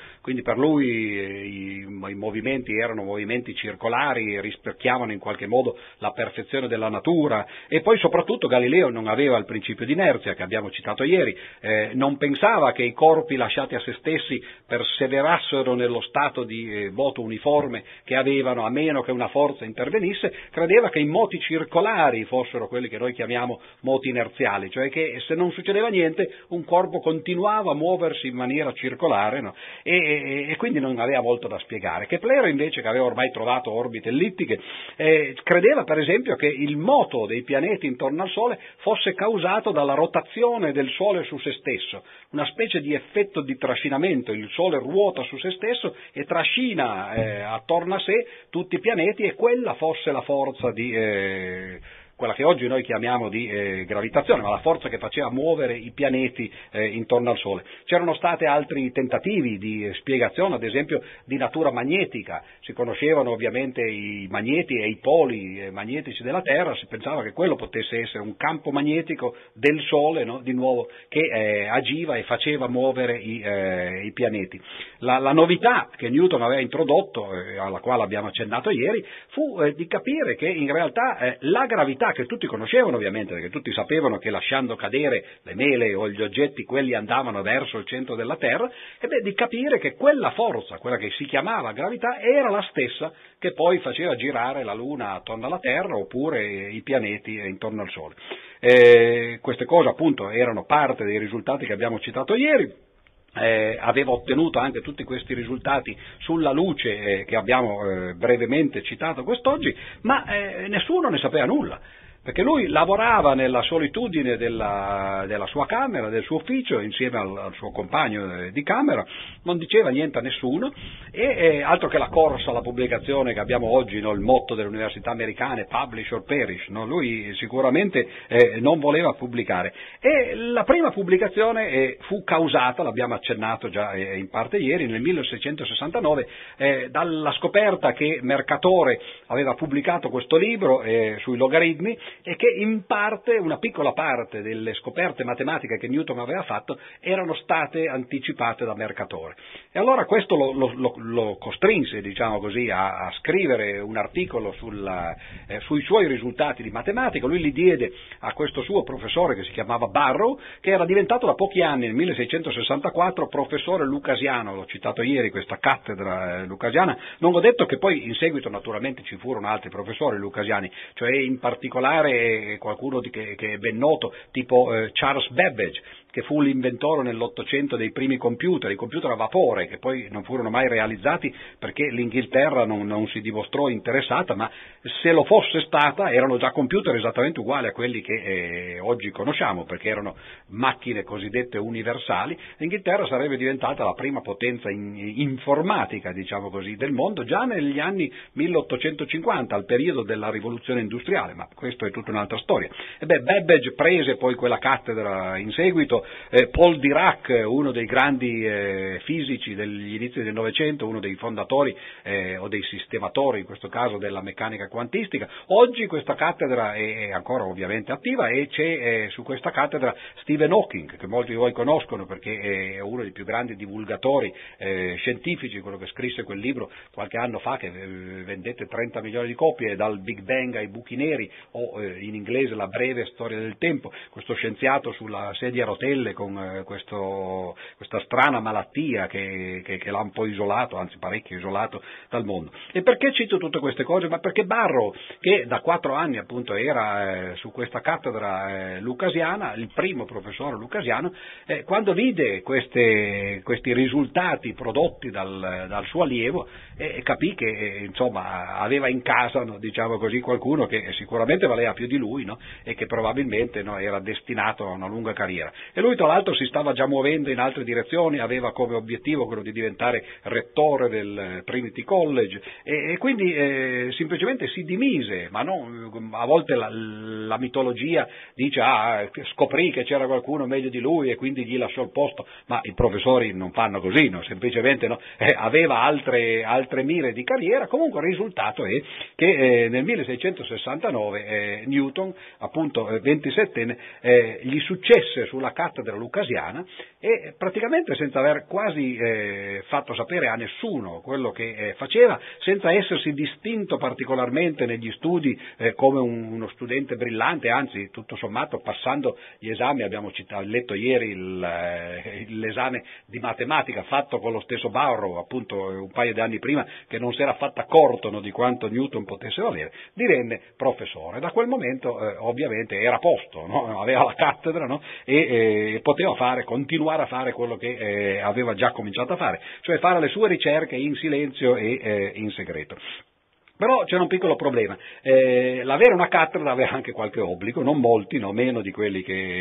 Speaker 1: quindi per lui i, i movimenti erano movimenti circolari, rispecchiavano in qualche modo la perfezione della natura, e poi soprattutto Galileo non aveva il principio di inerzia che abbiamo citato ieri, eh, non pensava che i corpi lasciati a se stessi perseverassero nello stato di eh, moto uniforme che avevano, a meno che una forza intervenisse. Credeva che i moti circolari fossero quelli che noi chiamiamo moti inerziali, cioè che se non succedeva niente un corpo continuava a muoversi in maniera circolare, no? e, e, e quindi non aveva molto da spiegare. Kepler invece, che aveva ormai trovato orbite ellittiche, eh, credeva per esempio che il moto dei pianeti intorno al Sole fosse causato dalla rotazione del Sole su se stesso, una specie di effetto di trascinamento. Il Sole ruota su se stesso e trascina eh, attorno a sé tutti i pianeti, e quella fosse la forza di eh, quella che oggi noi chiamiamo di eh, gravitazione, ma la forza che faceva muovere i pianeti eh, intorno al Sole. C'erano stati altri tentativi di eh, spiegazione, ad esempio di natura magnetica. Si conoscevano ovviamente i magneti e i poli eh, magnetici della Terra, si pensava che quello potesse essere un campo magnetico del Sole, no? Di nuovo, che eh, agiva e faceva muovere i, eh, i pianeti. La, la novità che Newton aveva introdotto, eh, alla quale abbiamo accennato ieri, fu eh, di capire che in realtà eh, la gravità, che tutti conoscevano ovviamente, perché tutti sapevano che lasciando cadere le mele o gli oggetti, quelli andavano verso il centro della Terra, e beh, di capire che quella forza, quella che si chiamava gravità, era la stessa che poi faceva girare la Luna attorno alla Terra, oppure i pianeti intorno al Sole. Eh, queste cose appunto erano parte dei risultati che abbiamo citato ieri. Eh, aveva ottenuto anche tutti questi risultati sulla luce eh, che abbiamo eh, brevemente citato quest'oggi, ma eh, nessuno ne sapeva nulla, perché lui lavorava nella solitudine della, della sua camera, del suo ufficio, insieme al, al suo compagno eh, di camera, non diceva niente a nessuno, e eh, altro che la corsa alla pubblicazione che abbiamo oggi, no, il motto delle università americane, publish or perish, no? Lui sicuramente eh, non voleva pubblicare, e la prima pubblicazione eh, fu causata, l'abbiamo accennato già eh, in parte ieri, nel milleseicentosessantanove, eh, dalla scoperta che Mercatore aveva pubblicato questo libro eh, sui logaritmi, e che in parte, una piccola parte delle scoperte matematiche che Newton aveva fatto erano state anticipate da Mercatore. E allora questo lo, lo, lo costrinse, diciamo così, a, a scrivere un articolo sulla, eh, sui suoi risultati di matematica. Lui li diede a questo suo professore che si chiamava Barrow, che era diventato da pochi anni, nel milleseicentosessantaquattro, professore lucasiano. L'ho citato ieri, questa cattedra eh, lucasiana. Non ho detto che poi in seguito naturalmente ci furono altri professori lucasiani, cioè in particolare qualcuno di che, che è ben noto, tipo eh, Charles Babbage, che fu l'inventore nell'Ottocento dei primi computer, i computer a vapore, che poi non furono mai realizzati perché l'Inghilterra non, non si dimostrò interessata, ma se lo fosse stata erano già computer esattamente uguali a quelli che eh, oggi conosciamo, perché erano macchine cosiddette universali. L'Inghilterra sarebbe diventata la prima potenza in, informatica, diciamo così, del mondo già negli anni milleottocentocinquanta, al periodo della rivoluzione industriale, ma questo è tutta un'altra storia. E beh, Babbage prese poi quella cattedra in seguito. Eh, Paul Dirac, uno dei grandi eh, fisici degli inizi del Novecento, uno dei fondatori eh, o dei sistematori, in questo caso, della meccanica quantistica. Oggi questa cattedra è, è ancora ovviamente attiva, e c'è eh, su questa cattedra Stephen Hawking, che molti di voi conoscono perché è uno dei più grandi divulgatori eh, scientifici, quello che scrisse quel libro qualche anno fa che eh, vendette trenta milioni di copie, dal Big Bang ai buchi neri, o eh, in inglese La breve storia del tempo. Questo scienziato sulla sedia a rotelle con eh, questo, questa strana malattia che, che, che l'ha un po' isolato, anzi parecchio isolato dal mondo. E perché cito tutte queste cose? Ma perché Barrow, che da quattro anni appunto era eh, su questa cattedra eh, lucasiana, il primo professore lucasiano, eh, quando vide queste, questi risultati prodotti dal, dal suo allievo, eh, capì che eh, insomma aveva in casa, no, diciamo così, qualcuno che sicuramente valeva più di lui, no, e che probabilmente, no, era destinato a una lunga carriera. E lui tra l'altro si stava già muovendo in altre direzioni, aveva come obiettivo quello di diventare rettore del Trinity College, e, e quindi eh, semplicemente si dimise, ma non, a volte la, la mitologia dice ah, scoprì che c'era qualcuno meglio di lui e quindi gli lasciò il posto, ma i professori non fanno così, no? Semplicemente no? Eh, aveva altre, altre mire di carriera. Comunque il risultato è che eh, nel milleseicentosessantanove eh, Newton, appunto eh, ventisettenne, eh, gli successe sulla cattedra lucasiana e praticamente senza aver quasi eh, fatto sapere a nessuno quello che eh, faceva, senza essersi distinto particolarmente negli studi eh, come un, uno studente brillante, anzi tutto sommato passando gli esami, abbiamo citato, letto ieri il, eh, l'esame di matematica fatto con lo stesso Barrow, appunto un paio di anni prima, che non si era fatto accorto no, di quanto Newton potesse valere, divenne professore. Da quel momento eh, ovviamente era a posto, no? Aveva la cattedra no? e eh, poteva fare, continuare a fare quello che eh, aveva già cominciato a fare, cioè fare le sue ricerche in silenzio e eh, in segreto. Però c'era un piccolo problema, eh, l'avere una cattedra aveva anche qualche obbligo, non molti, no, meno di quelli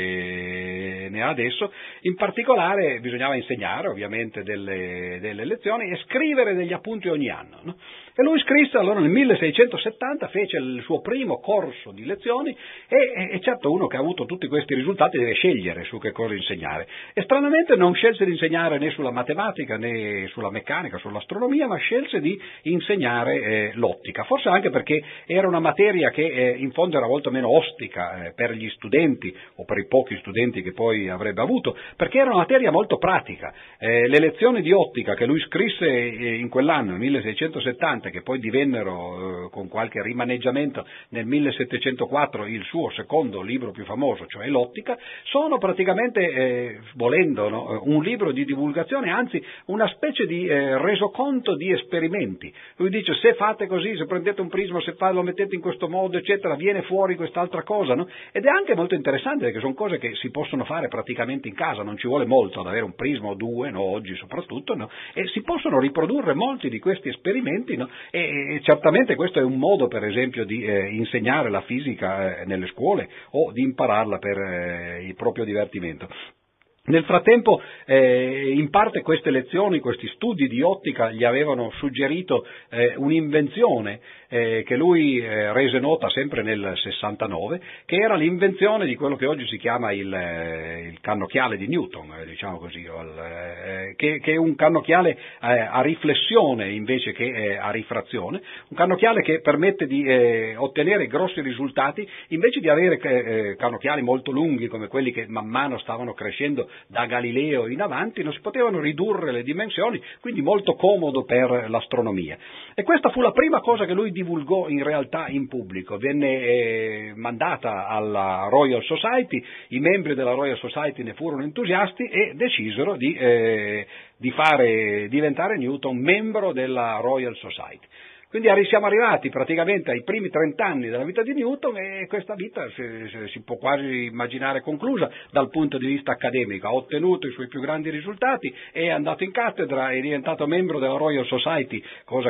Speaker 1: che ne ha adesso, in particolare bisognava insegnare ovviamente delle, delle lezioni e scrivere degli appunti ogni anno. No? E lui scrisse allora nel milleseicentosettanta, fece il suo primo corso di lezioni e, e certo uno che ha avuto tutti questi risultati deve scegliere su che cosa insegnare. E stranamente non scelse di insegnare né sulla matematica né sulla meccanica, sull'astronomia, ma scelse di insegnare eh, l'ottica, forse anche perché era una materia che eh, in fondo era molto meno ostica eh, per gli studenti o per i pochi studenti che poi avrebbe avuto, perché era una materia molto pratica. Eh, le lezioni di ottica che lui scrisse eh, in quell'anno, nel milleseicentosettanta, che poi divennero eh, con qualche rimaneggiamento nel millesettecentoquattro il suo secondo libro più famoso, cioè l'Ottica, sono praticamente, eh, volendo, no, un libro di divulgazione, anzi una specie di eh, resoconto di esperimenti. Lui dice: se fate così, se prendete un prisma, se fa, lo mettete in questo modo, eccetera, viene fuori quest'altra cosa, no? Ed è anche molto interessante perché sono cose che si possono fare praticamente in casa, non ci vuole molto ad avere un prisma o due, no, oggi soprattutto, no? E si possono riprodurre molti di questi esperimenti, no? E, e certamente questo è un modo, per esempio, di eh, insegnare la fisica eh, nelle scuole o di impararla per eh, il proprio divertimento. Nel frattempo, eh, in parte queste lezioni, questi studi di ottica gli avevano suggerito eh, un'invenzione eh, che lui eh, rese nota sempre nel sessantanove, che era l'invenzione di quello che oggi si chiama il, eh, il cannocchiale di Newton, eh, diciamo così, o il, eh, che, che è un cannocchiale eh, a riflessione invece che eh, a rifrazione, un cannocchiale che permette di eh, ottenere grossi risultati invece di avere eh, cannocchiali molto lunghi come quelli che man mano stavano crescendo da Galileo in avanti, non si potevano ridurre le dimensioni, quindi molto comodo per l'astronomia. E questa fu la prima cosa che lui divulgò in realtà in pubblico, venne eh, mandata alla Royal Society, i membri della Royal Society ne furono entusiasti e decisero di, eh, di fare diventare Newton membro della Royal Society. Quindi siamo arrivati praticamente ai primi trent'anni della vita di Newton e questa vita si, si può quasi immaginare conclusa dal punto di vista accademico. Ha ottenuto i suoi più grandi risultati, è andato in cattedra, è diventato membro della Royal Society, cosa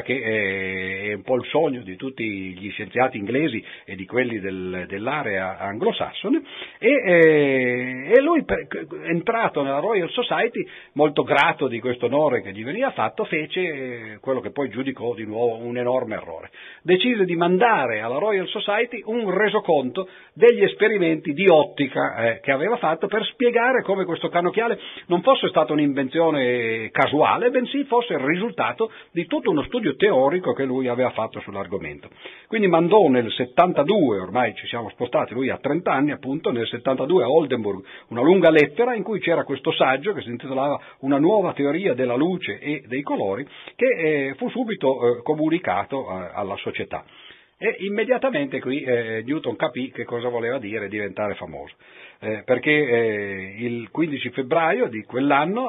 Speaker 1: che è un po' il sogno di tutti gli scienziati inglesi e di quelli del, dell'area anglosassone, e, eh, e lui, per, entrato nella Royal Society, molto grato di questo onore che gli veniva fatto, fece quello che poi giudicò di nuovo un enorme errore. Decise di mandare alla Royal Society un resoconto degli esperimenti di ottica eh, che aveva fatto per spiegare come questo cannocchiale non fosse stata un'invenzione casuale, bensì fosse il risultato di tutto uno studio teorico che lui aveva fatto sull'argomento. Quindi mandò nel settantadue, ormai ci siamo spostati, lui ha trenta anni appunto, nel settantadue a Oldenburg, una lunga lettera in cui c'era questo saggio che si intitolava Una nuova teoria della luce e dei colori, che eh, fu subito eh, comunicato alla società. E immediatamente qui eh, Newton capì che cosa voleva dire diventare famoso, eh, perché eh, il quindici febbraio di quell'anno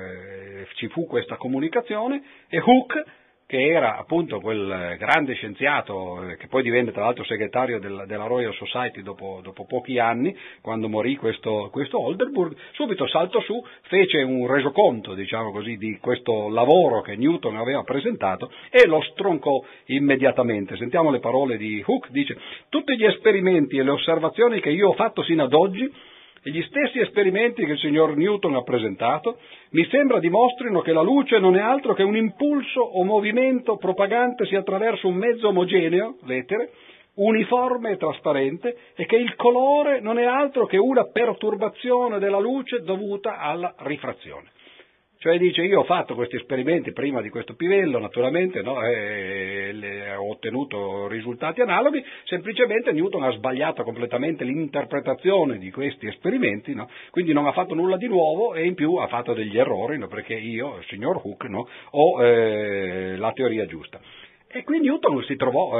Speaker 1: eh, ci fu questa comunicazione e Hooke, che era appunto quel grande scienziato eh, che poi divenne tra l'altro segretario del, della Royal Society dopo, dopo pochi anni, quando morì questo, questo Oldenburg, subito saltò su, fece un resoconto, diciamo così, di questo lavoro che Newton aveva presentato e lo stroncò immediatamente. Sentiamo le parole di Hooke, dice: tutti gli esperimenti e le osservazioni che io ho fatto sino ad oggi e gli stessi esperimenti che il signor Newton ha presentato mi sembra dimostrino che la luce non è altro che un impulso o movimento propagantesi attraverso un mezzo omogeneo, l'etere, uniforme e trasparente, e che il colore non è altro che una perturbazione della luce dovuta alla rifrazione. Cioè dice, io ho fatto questi esperimenti prima di questo pivello, naturalmente, no? e le, ho ottenuto risultati analoghi, semplicemente Newton ha sbagliato completamente l'interpretazione di questi esperimenti, no? Quindi non ha fatto nulla di nuovo e in più ha fatto degli errori, no? Perché io, il signor Hooke, no? ho eh, la teoria giusta. E qui Newton si trovò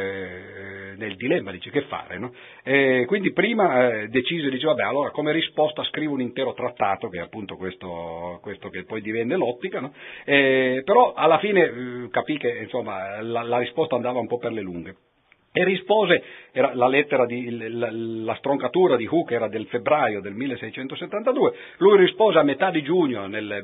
Speaker 1: eh, nel dilemma, dice che fare, no? E quindi prima eh, decise, dice vabbè, allora come risposta scrivo un intero trattato, che è appunto questo, questo che poi divenne l'ottica, no? E, però alla fine eh, capì che insomma la, la risposta andava un po' per le lunghe. E rispose, era la lettera di, la, la stroncatura di Hooke era del febbraio del milleseicentosettantadue, lui rispose a metà di giugno nel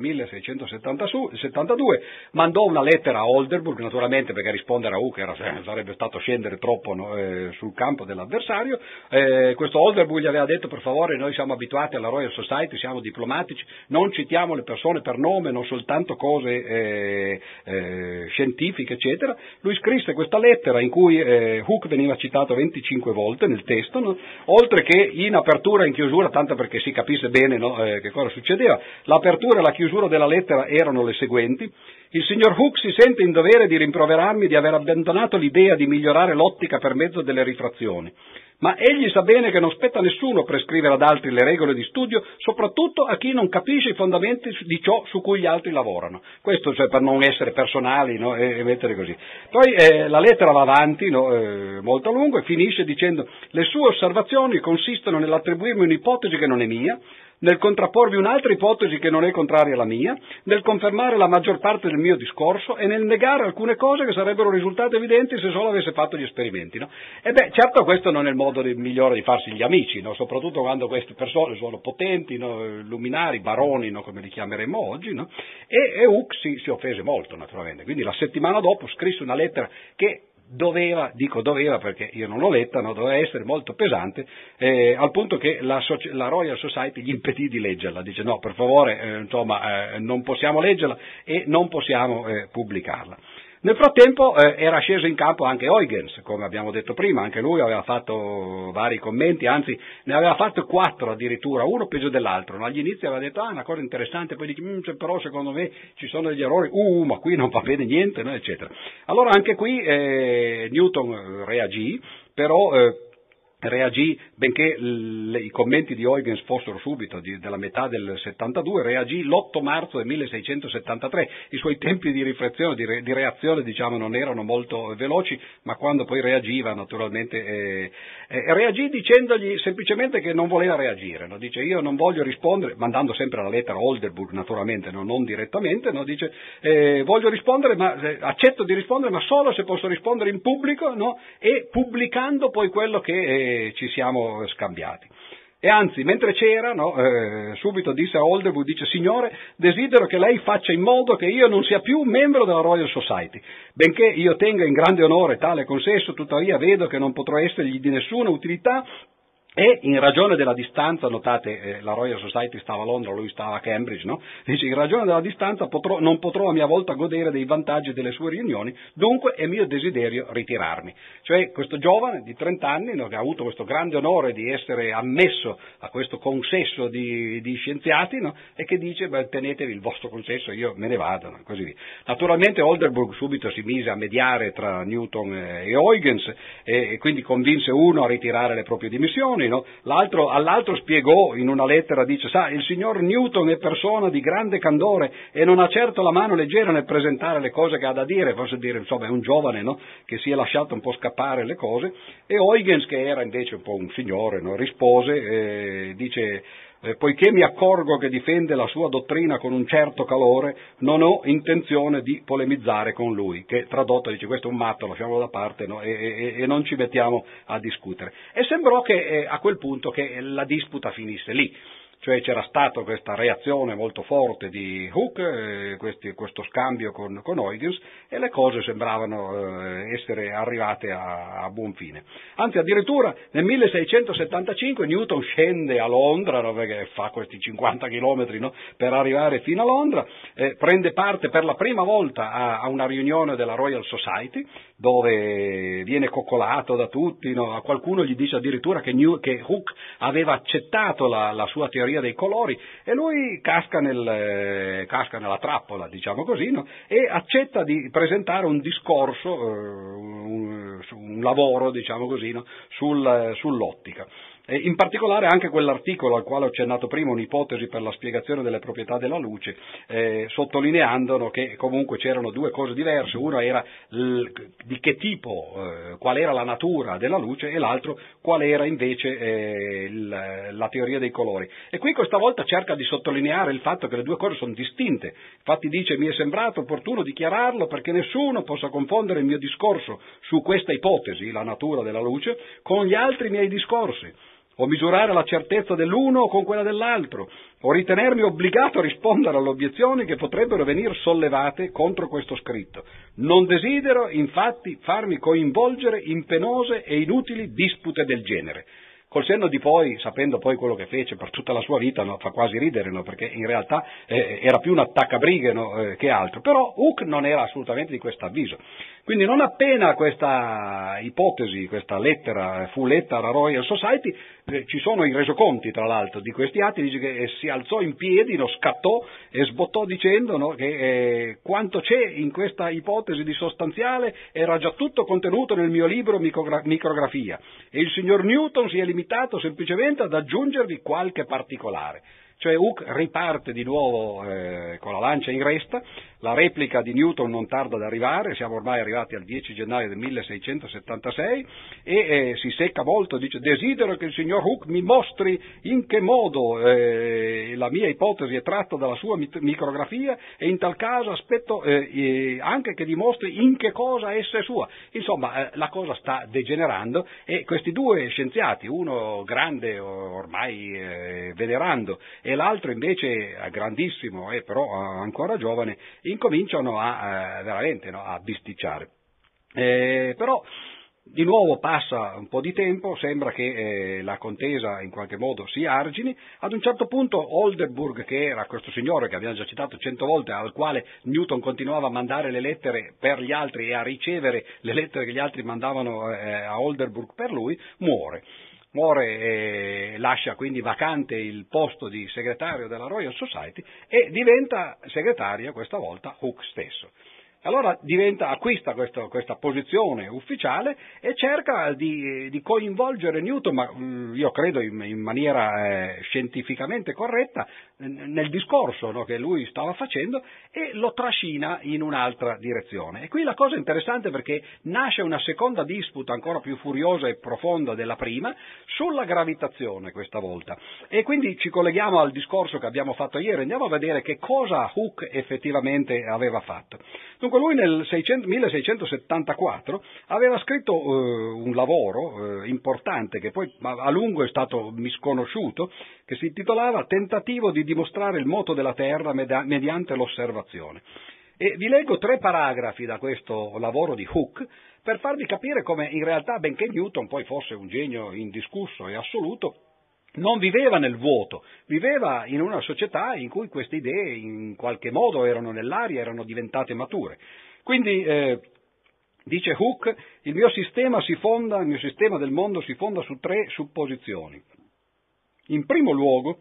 Speaker 1: milleseicentosettantadue, mandò una lettera a Oldenburg, naturalmente perché rispondere a Hooke era, sarebbe stato scendere troppo, no, eh, sul campo dell'avversario. Eh, questo Oldenburg gli aveva detto per favore, noi siamo abituati alla Royal Society, siamo diplomatici, non citiamo le persone per nome, non soltanto cose eh, eh, scientifiche eccetera. Lui scrisse questa lettera in cui eh, Hooke veniva citato venticinque volte nel testo, no? Oltre che in apertura e in chiusura, tanto perché si capisse bene, no, eh, che cosa succedeva. L'apertura e la chiusura della lettera erano le seguenti: il signor Hooke si sente in dovere di rimproverarmi di aver abbandonato l'idea di migliorare l'ottica per mezzo delle rifrazioni, ma egli sa bene che non spetta a nessuno prescrivere ad altri le regole di studio, soprattutto a chi non capisce i fondamenti di ciò su cui gli altri lavorano. Questo cioè per non essere personali, no, e, e mettere così. Poi eh, la lettera va avanti, no, eh, molto a lungo, e finisce dicendo: le sue osservazioni consistono nell'attribuirmi un'ipotesi che non è mia, nel contrapporvi un'altra ipotesi che non è contraria alla mia, nel confermare la maggior parte del mio discorso e nel negare alcune cose che sarebbero risultate evidenti se solo avesse fatto gli esperimenti. No? E beh, certo questo non è il modo di, migliore di farsi gli amici, no? Soprattutto quando queste persone sono potenti, no? Luminari, baroni, no? Come li chiameremmo oggi, no? e, e Hooke si, si offese molto, naturalmente. Quindi la settimana dopo scrisse una lettera che doveva, dico doveva perché io non l'ho letta, no, doveva essere molto pesante, eh, al punto che la, la Royal Society gli impedì di leggerla, dice no, per favore, eh, insomma, eh, non possiamo leggerla e non possiamo eh, pubblicarla. Nel frattempo eh, era sceso in campo anche Huygens, come abbiamo detto prima, anche lui aveva fatto vari commenti, anzi ne aveva fatto quattro addirittura, uno peggio dell'altro. No? Agli inizi aveva detto ah, una cosa interessante, poi dice mm, però secondo me ci sono degli errori, uh, ma qui non va bene niente, no? eccetera. Allora anche qui eh, Newton reagì, però eh, reagì, benché l- i commenti di Huygens fossero subito di, della metà del settantadue, reagì l'otto marzo del milleseicentosettantatré. I suoi tempi di riflessione, di, re, di reazione, diciamo, non erano molto veloci, ma quando poi reagiva, naturalmente, eh, eh, reagì dicendogli semplicemente che non voleva reagire. No? Dice, io non voglio rispondere, mandando sempre la lettera a Oldenburg, naturalmente, no? non direttamente, no? dice, eh, voglio rispondere, ma eh, accetto di rispondere, ma solo se posso rispondere in pubblico, no? e pubblicando poi quello che eh, ci siamo scambiati. E anzi, mentre c'era, no, eh, subito disse a Oldenburg, dice, signore, desidero che lei faccia in modo che io non sia più un membro della Royal Society. Benché io tenga in grande onore tale consesso, tuttavia vedo che non potrò essergli di nessuna utilità, e in ragione della distanza, notate, eh, la Royal Society stava a Londra, lui stava a Cambridge, no? Dice, in ragione della distanza potrò, non potrò a mia volta godere dei vantaggi delle sue riunioni, dunque è mio desiderio ritirarmi. Cioè questo giovane di trenta anni, no, che ha avuto questo grande onore di essere ammesso a questo consesso di, di scienziati, no? e che dice, beh, tenetevi il vostro consesso, io me ne vado, no? così via. Naturalmente Oldenburg subito si mise a mediare tra Newton e Huygens e, e quindi convinse uno a ritirare le proprie dimissioni. No? L'altro, all'altro spiegò in una lettera, dice, sa, il signor Newton è persona di grande candore e non ha certo la mano leggera nel presentare le cose che ha da dire, forse dire, insomma, è un giovane, no? che si è lasciato un po' scappare le cose, e Huygens, che era invece un po' un signore, no? rispose, eh, dice, Eh, poiché mi accorgo che difende la sua dottrina con un certo calore, non ho intenzione di polemizzare con lui, che tradotto dice questo è un matto, lasciamolo da parte, no? e, e, e non ci mettiamo a discutere. E sembrò che eh, a quel punto che la disputa finisse lì. Cioè c'era stata questa reazione molto forte di Hooke, eh, questi, questo scambio con, con Huygens, e le cose sembravano eh, essere arrivate a, a buon fine. Anzi, addirittura nel milleseicentosettantacinque Newton scende a Londra, no, perché fa questi cinquanta chilometri, no, per arrivare fino a Londra, eh, prende parte per la prima volta a, a una riunione della Royal Society, dove viene coccolato da tutti, no? A qualcuno gli dice addirittura che, New, che Hooke aveva accettato la, la sua teoria teoria dei colori, e lui casca, nel, eh, casca nella trappola, diciamo così, no? E accetta di presentare un discorso, eh, un, un lavoro, diciamo così, no? Sul, sull'ottica. E in particolare anche quell'articolo al quale ho accennato prima, un'ipotesi per la spiegazione delle proprietà della luce, eh, sottolineando che comunque c'erano due cose diverse: uno era l, di che tipo, eh, qual era la natura della luce, e l'altro qual era invece eh, il, la teoria dei colori. E qui questa volta cerca di sottolineare il fatto che le due cose sono distinte. Infatti dice: mi è sembrato opportuno dichiararlo perché nessuno possa confondere il mio discorso su questa ipotesi, la natura della luce, con gli altri miei discorsi, o misurare la certezza dell'uno con quella dell'altro, o ritenermi obbligato a rispondere alle obiezioni che potrebbero venire sollevate contro questo scritto. Non desidero, infatti, farmi coinvolgere in penose e inutili dispute del genere. Col senno di poi, sapendo poi quello che fece per tutta la sua vita, no, fa quasi ridere, no, perché in realtà eh, era più un attaccabrighe, no, eh, che altro. Però Hooke non era assolutamente di questo avviso. Quindi non appena questa ipotesi, questa lettera fu letta alla Royal Society, eh, ci sono i resoconti tra l'altro di questi atti, dice che eh, si alzò in piedi, no, scattò e sbottò dicendo, no, che eh, quanto c'è in questa ipotesi di sostanziale era già tutto contenuto nel mio libro microgra- Micrografia, e il signor Newton si è limitato semplicemente ad aggiungervi qualche particolare. Cioè Hooke riparte di nuovo eh, con la lancia in resta, la replica di Newton non tarda ad arrivare, siamo ormai arrivati al dieci gennaio del milleseicentosettantasei, e eh, si secca molto, dice: desidero che il signor Hooke mi mostri in che modo eh, la mia ipotesi è tratta dalla sua mit- micrografia, e in tal caso aspetto eh, eh, anche che dimostri in che cosa essa è sua. Insomma, eh, la cosa sta degenerando, e questi due scienziati, uno grande ormai eh, venerando, e l'altro invece grandissimo e però ancora giovane, incominciano a eh, veramente, no, a bisticciare. Eh, però di nuovo passa un po' di tempo, sembra che eh, la contesa in qualche modo si argini. Ad un certo punto Oldenburg, che era questo signore che abbiamo già citato cento volte, al quale Newton continuava a mandare le lettere per gli altri e a ricevere le lettere che gli altri mandavano eh, a Oldenburg per lui, muore. Muore e lascia quindi vacante il posto di segretario della Royal Society, e diventa segretario questa volta Hooke stesso. Allora diventa, acquista questo, questa posizione ufficiale e cerca di, di coinvolgere Newton, ma mh, io credo in, in maniera eh, scientificamente corretta, nel discorso, no, che lui stava facendo, e lo trascina in un'altra direzione. E qui la cosa è interessante, perché nasce una seconda disputa ancora più furiosa e profonda della prima sulla gravitazione questa volta. E quindi ci colleghiamo al discorso che abbiamo fatto ieri, andiamo a vedere che cosa Hooke effettivamente aveva fatto. Dunque lui nel milleseicentosettantaquattro aveva scritto eh, un lavoro eh, importante, che poi a lungo è stato misconosciuto, che si intitolava Tentativo di dimostrare il moto della Terra mediante l'osservazione. E vi leggo tre paragrafi da questo lavoro di Hooke per farvi capire come in realtà, benché Newton poi fosse un genio indiscusso e assoluto, non viveva nel vuoto, viveva in una società in cui queste idee in qualche modo erano nell'aria, erano diventate mature. Quindi, eh, dice Hooke, il mio sistema si fonda, il mio sistema del mondo si fonda su tre supposizioni. In primo luogo,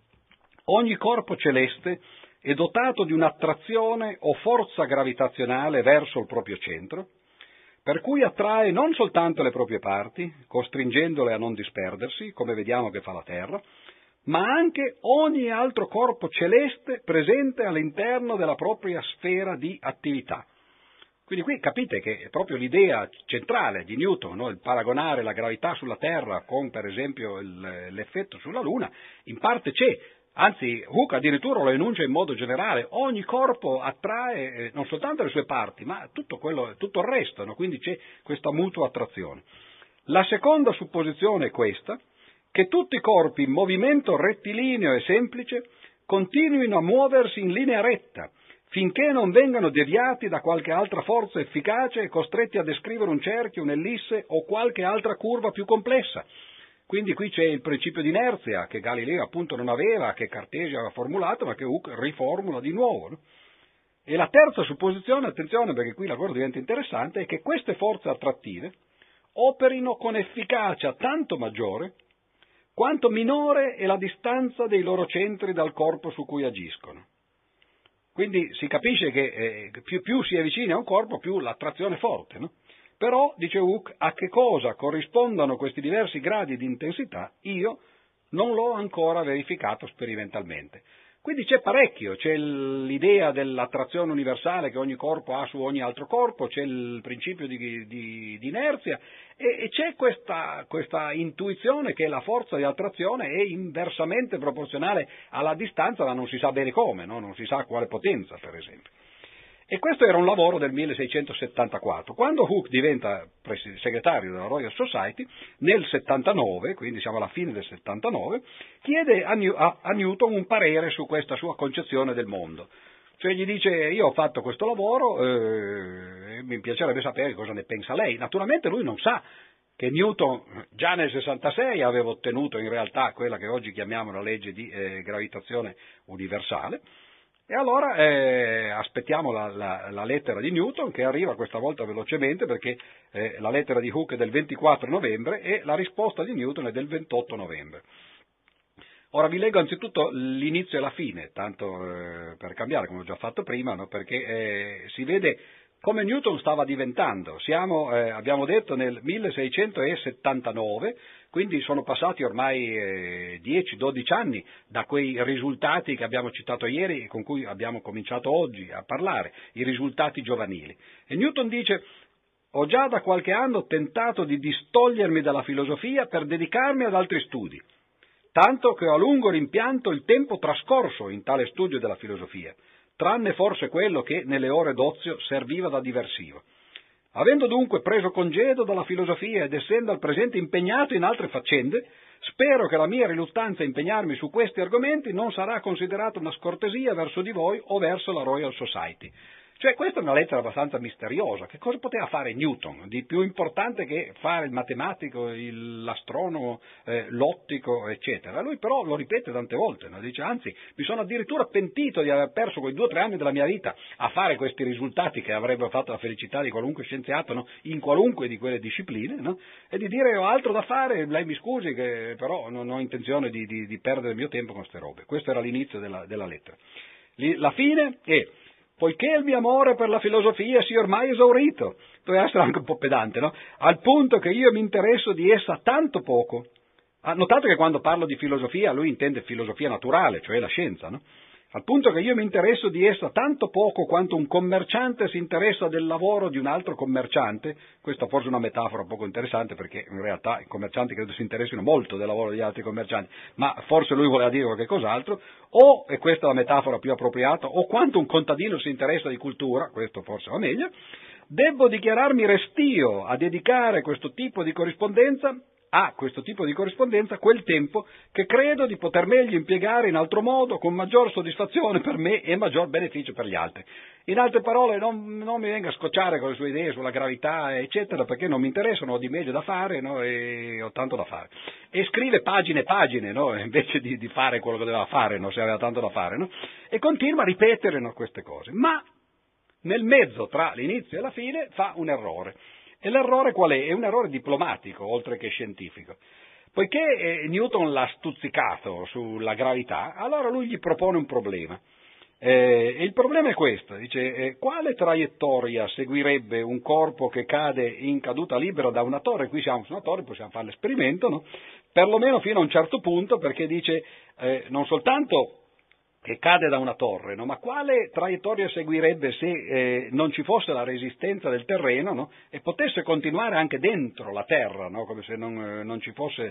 Speaker 1: ogni corpo celeste è dotato di un'attrazione o forza gravitazionale verso il proprio centro, per cui attrae non soltanto le proprie parti, costringendole a non disperdersi, come vediamo che fa la Terra, ma anche ogni altro corpo celeste presente all'interno della propria sfera di attività. Quindi qui capite che è proprio l'idea centrale di Newton, no? Il paragonare la gravità sulla Terra con, per esempio, il, l'effetto sulla Luna, in parte c'è. Anzi, Hooke addirittura lo enuncia in modo generale: ogni corpo attrae eh, non soltanto le sue parti, ma tutto, quello, tutto il resto, no? Quindi c'è questa mutua attrazione. La seconda supposizione è questa, che tutti i corpi in movimento rettilineo e semplice continuino a muoversi in linea retta, finché non vengano deviati da qualche altra forza efficace e costretti a descrivere un cerchio, un'ellisse o qualche altra curva più complessa. Quindi qui c'è il principio di inerzia, che Galileo appunto non aveva, che Cartesio aveva formulato, ma che Hooke riformula di nuovo. No? E la terza supposizione, attenzione perché qui la cosa diventa interessante, è che queste forze attrattive operino con efficacia tanto maggiore quanto minore è la distanza dei loro centri dal corpo su cui agiscono. Quindi si capisce che eh, più, più si è vicini a un corpo, più l'attrazione è forte, no? Però, dice Hooke, a che cosa corrispondano questi diversi gradi di intensità io non l'ho ancora verificato sperimentalmente. Quindi c'è parecchio, c'è l'idea dell'attrazione universale che ogni corpo ha su ogni altro corpo, c'è il principio di, di, di inerzia e, e c'è questa, questa intuizione che la forza di attrazione è inversamente proporzionale alla distanza, ma non si sa bene come, no? Non si sa quale potenza, per esempio. E questo era un lavoro del milleseicentosettantaquattro. Quando Hooke diventa segretario della Royal Society, nel settantanove, quindi siamo alla fine del settantanove, chiede a, New- a, a Newton un parere su questa sua concezione del mondo. Cioè gli dice, io ho fatto questo lavoro eh, e mi piacerebbe sapere cosa ne pensa lei. Naturalmente lui non sa che Newton già nel sessantasei aveva ottenuto in realtà quella che oggi chiamiamo la legge di eh, gravitazione universale. E allora eh, aspettiamo la, la, la lettera di Newton, che arriva questa volta velocemente, perché eh, la lettera di Hooke è del ventiquattro novembre e la risposta di Newton è del ventotto novembre. Ora vi leggo anzitutto l'inizio e la fine, tanto eh, per cambiare, come ho già fatto prima, no? Perché eh, si vede come Newton stava diventando. Siamo, eh, abbiamo detto, nel milleseicentosettantanove, quindi sono passati ormai eh, dieci dodici anni da quei risultati che abbiamo citato ieri e con cui abbiamo cominciato oggi a parlare, i risultati giovanili. E Newton dice: ho già da qualche anno tentato di distogliermi dalla filosofia per dedicarmi ad altri studi, tanto che ho a lungo rimpianto il tempo trascorso in tale studio della filosofia, tranne forse quello che nelle ore d'ozio serviva da diversivo. Avendo dunque preso congedo dalla filosofia ed essendo al presente impegnato in altre faccende, spero che la mia riluttanza a impegnarmi su questi argomenti non sarà considerata una scortesia verso di voi o verso la Royal Society. Cioè, questa è una lettera abbastanza misteriosa. Che cosa poteva fare Newton di più importante che fare il matematico, il, l'astronomo, eh, l'ottico, eccetera? Lui però lo ripete tante volte, no? Dice, anzi, mi sono addirittura pentito di aver perso quei due o tre anni della mia vita a fare questi risultati che avrebbero fatto la felicità di qualunque scienziato, no? In qualunque di quelle discipline, no? E di dire, ho altro da fare, lei mi scusi, che però non ho intenzione di, di, di perdere il mio tempo con queste robe. Questo era l'inizio della, della lettera. La fine è: poiché il mio amore per la filosofia sia ormai esaurito, doveva essere anche un po' pedante, no? Al punto che io mi interesso di essa tanto poco. Ha notato che quando parlo di filosofia lui intende filosofia naturale, cioè la scienza, no? Al punto che io mi interesso di essa tanto poco quanto un commerciante si interessa del lavoro di un altro commerciante. Questa forse è una metafora poco interessante, perché in realtà i commercianti credo si interessino molto del lavoro degli altri commercianti, ma forse lui voleva dire qualche cos'altro, o, e questa è la metafora più appropriata, o quanto un contadino si interessa di cultura, questo forse va meglio. Debbo dichiararmi restio a dedicare questo tipo di corrispondenza a questo tipo di corrispondenza quel tempo che credo di poter meglio impiegare in altro modo, con maggior soddisfazione per me e maggior beneficio per gli altri. In altre parole, non, non mi venga a scocciare con le sue idee sulla gravità, eccetera, perché non mi interessano, ho di meglio da fare, no, e ho tanto da fare. E scrive pagine e pagine, no, invece di, di fare quello che doveva fare, no, se aveva tanto da fare, no, e continua a ripetere, no, queste cose. Ma nel mezzo, tra l'inizio e la fine, fa un errore. E l'errore qual è? È un errore diplomatico, oltre che scientifico. Poiché eh, Newton l'ha stuzzicato sulla gravità, allora lui gli propone un problema. Eh, e il problema è questo, dice, eh, quale traiettoria seguirebbe un corpo che cade in caduta libera da una torre? Qui siamo su una torre, possiamo fare l'esperimento, no? Perlomeno fino a un certo punto, perché dice, eh, non soltanto che cade da una torre, no? Ma quale traiettoria seguirebbe se eh, non ci fosse la resistenza del terreno, no? E potesse continuare anche dentro la terra, no? Come se non, eh, non ci fosse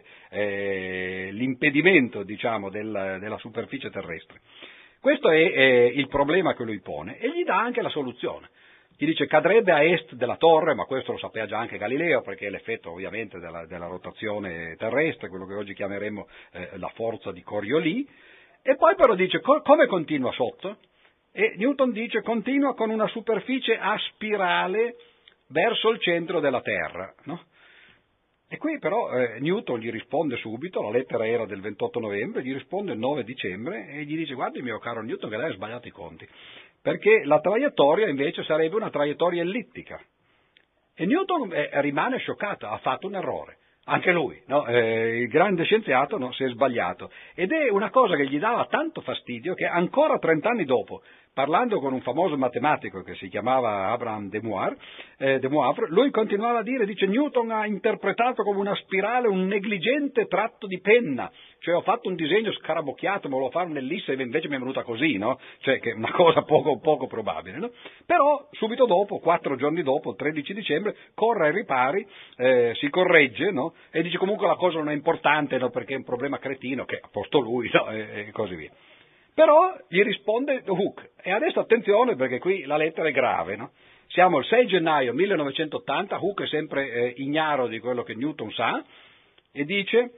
Speaker 1: eh, l'impedimento, diciamo, del, della superficie terrestre. Questo è eh, il problema che lui pone e gli dà anche la soluzione. Gli dice cadrebbe a est della torre, ma questo lo sapeva già anche Galileo, perché è l'effetto ovviamente della, della rotazione terrestre, quello che oggi chiameremo eh, la forza di Coriolis. E poi però dice, co- come continua sotto? E Newton dice, continua con una superficie a spirale verso il centro della Terra, no? E qui però eh, Newton gli risponde subito, la lettera era del ventotto novembre, gli risponde il nove dicembre e gli dice, guardi mio caro Newton che lei ha sbagliato i conti, perché la traiettoria invece sarebbe una traiettoria ellittica. E Newton eh, rimane scioccato, ha fatto un errore. Anche lui, no? eh, il grande scienziato, no? Si è sbagliato. Ed è una cosa che gli dava tanto fastidio che ancora trent'anni dopo, parlando con un famoso matematico che si chiamava Abraham de Moivre, eh, de Moivre, lui continuava a dire, dice, Newton ha interpretato come una spirale un negligente tratto di penna, cioè ho fatto un disegno scarabocchiato, ma volevo fare un'ellisse e invece mi è venuta così, no? Cioè che è una cosa poco, poco probabile, no? Però subito dopo, quattro giorni dopo, il tredici dicembre, corre ai ripari, eh, si corregge, no? E dice comunque la cosa non è importante, no? Perché è un problema cretino, che ha posto lui, no? E, e così via. Però gli risponde Hooke, e adesso attenzione perché qui la lettera è grave, no? Siamo il sei gennaio millenovecentottanta, Hooke è sempre eh, ignaro di quello che Newton sa, e dice,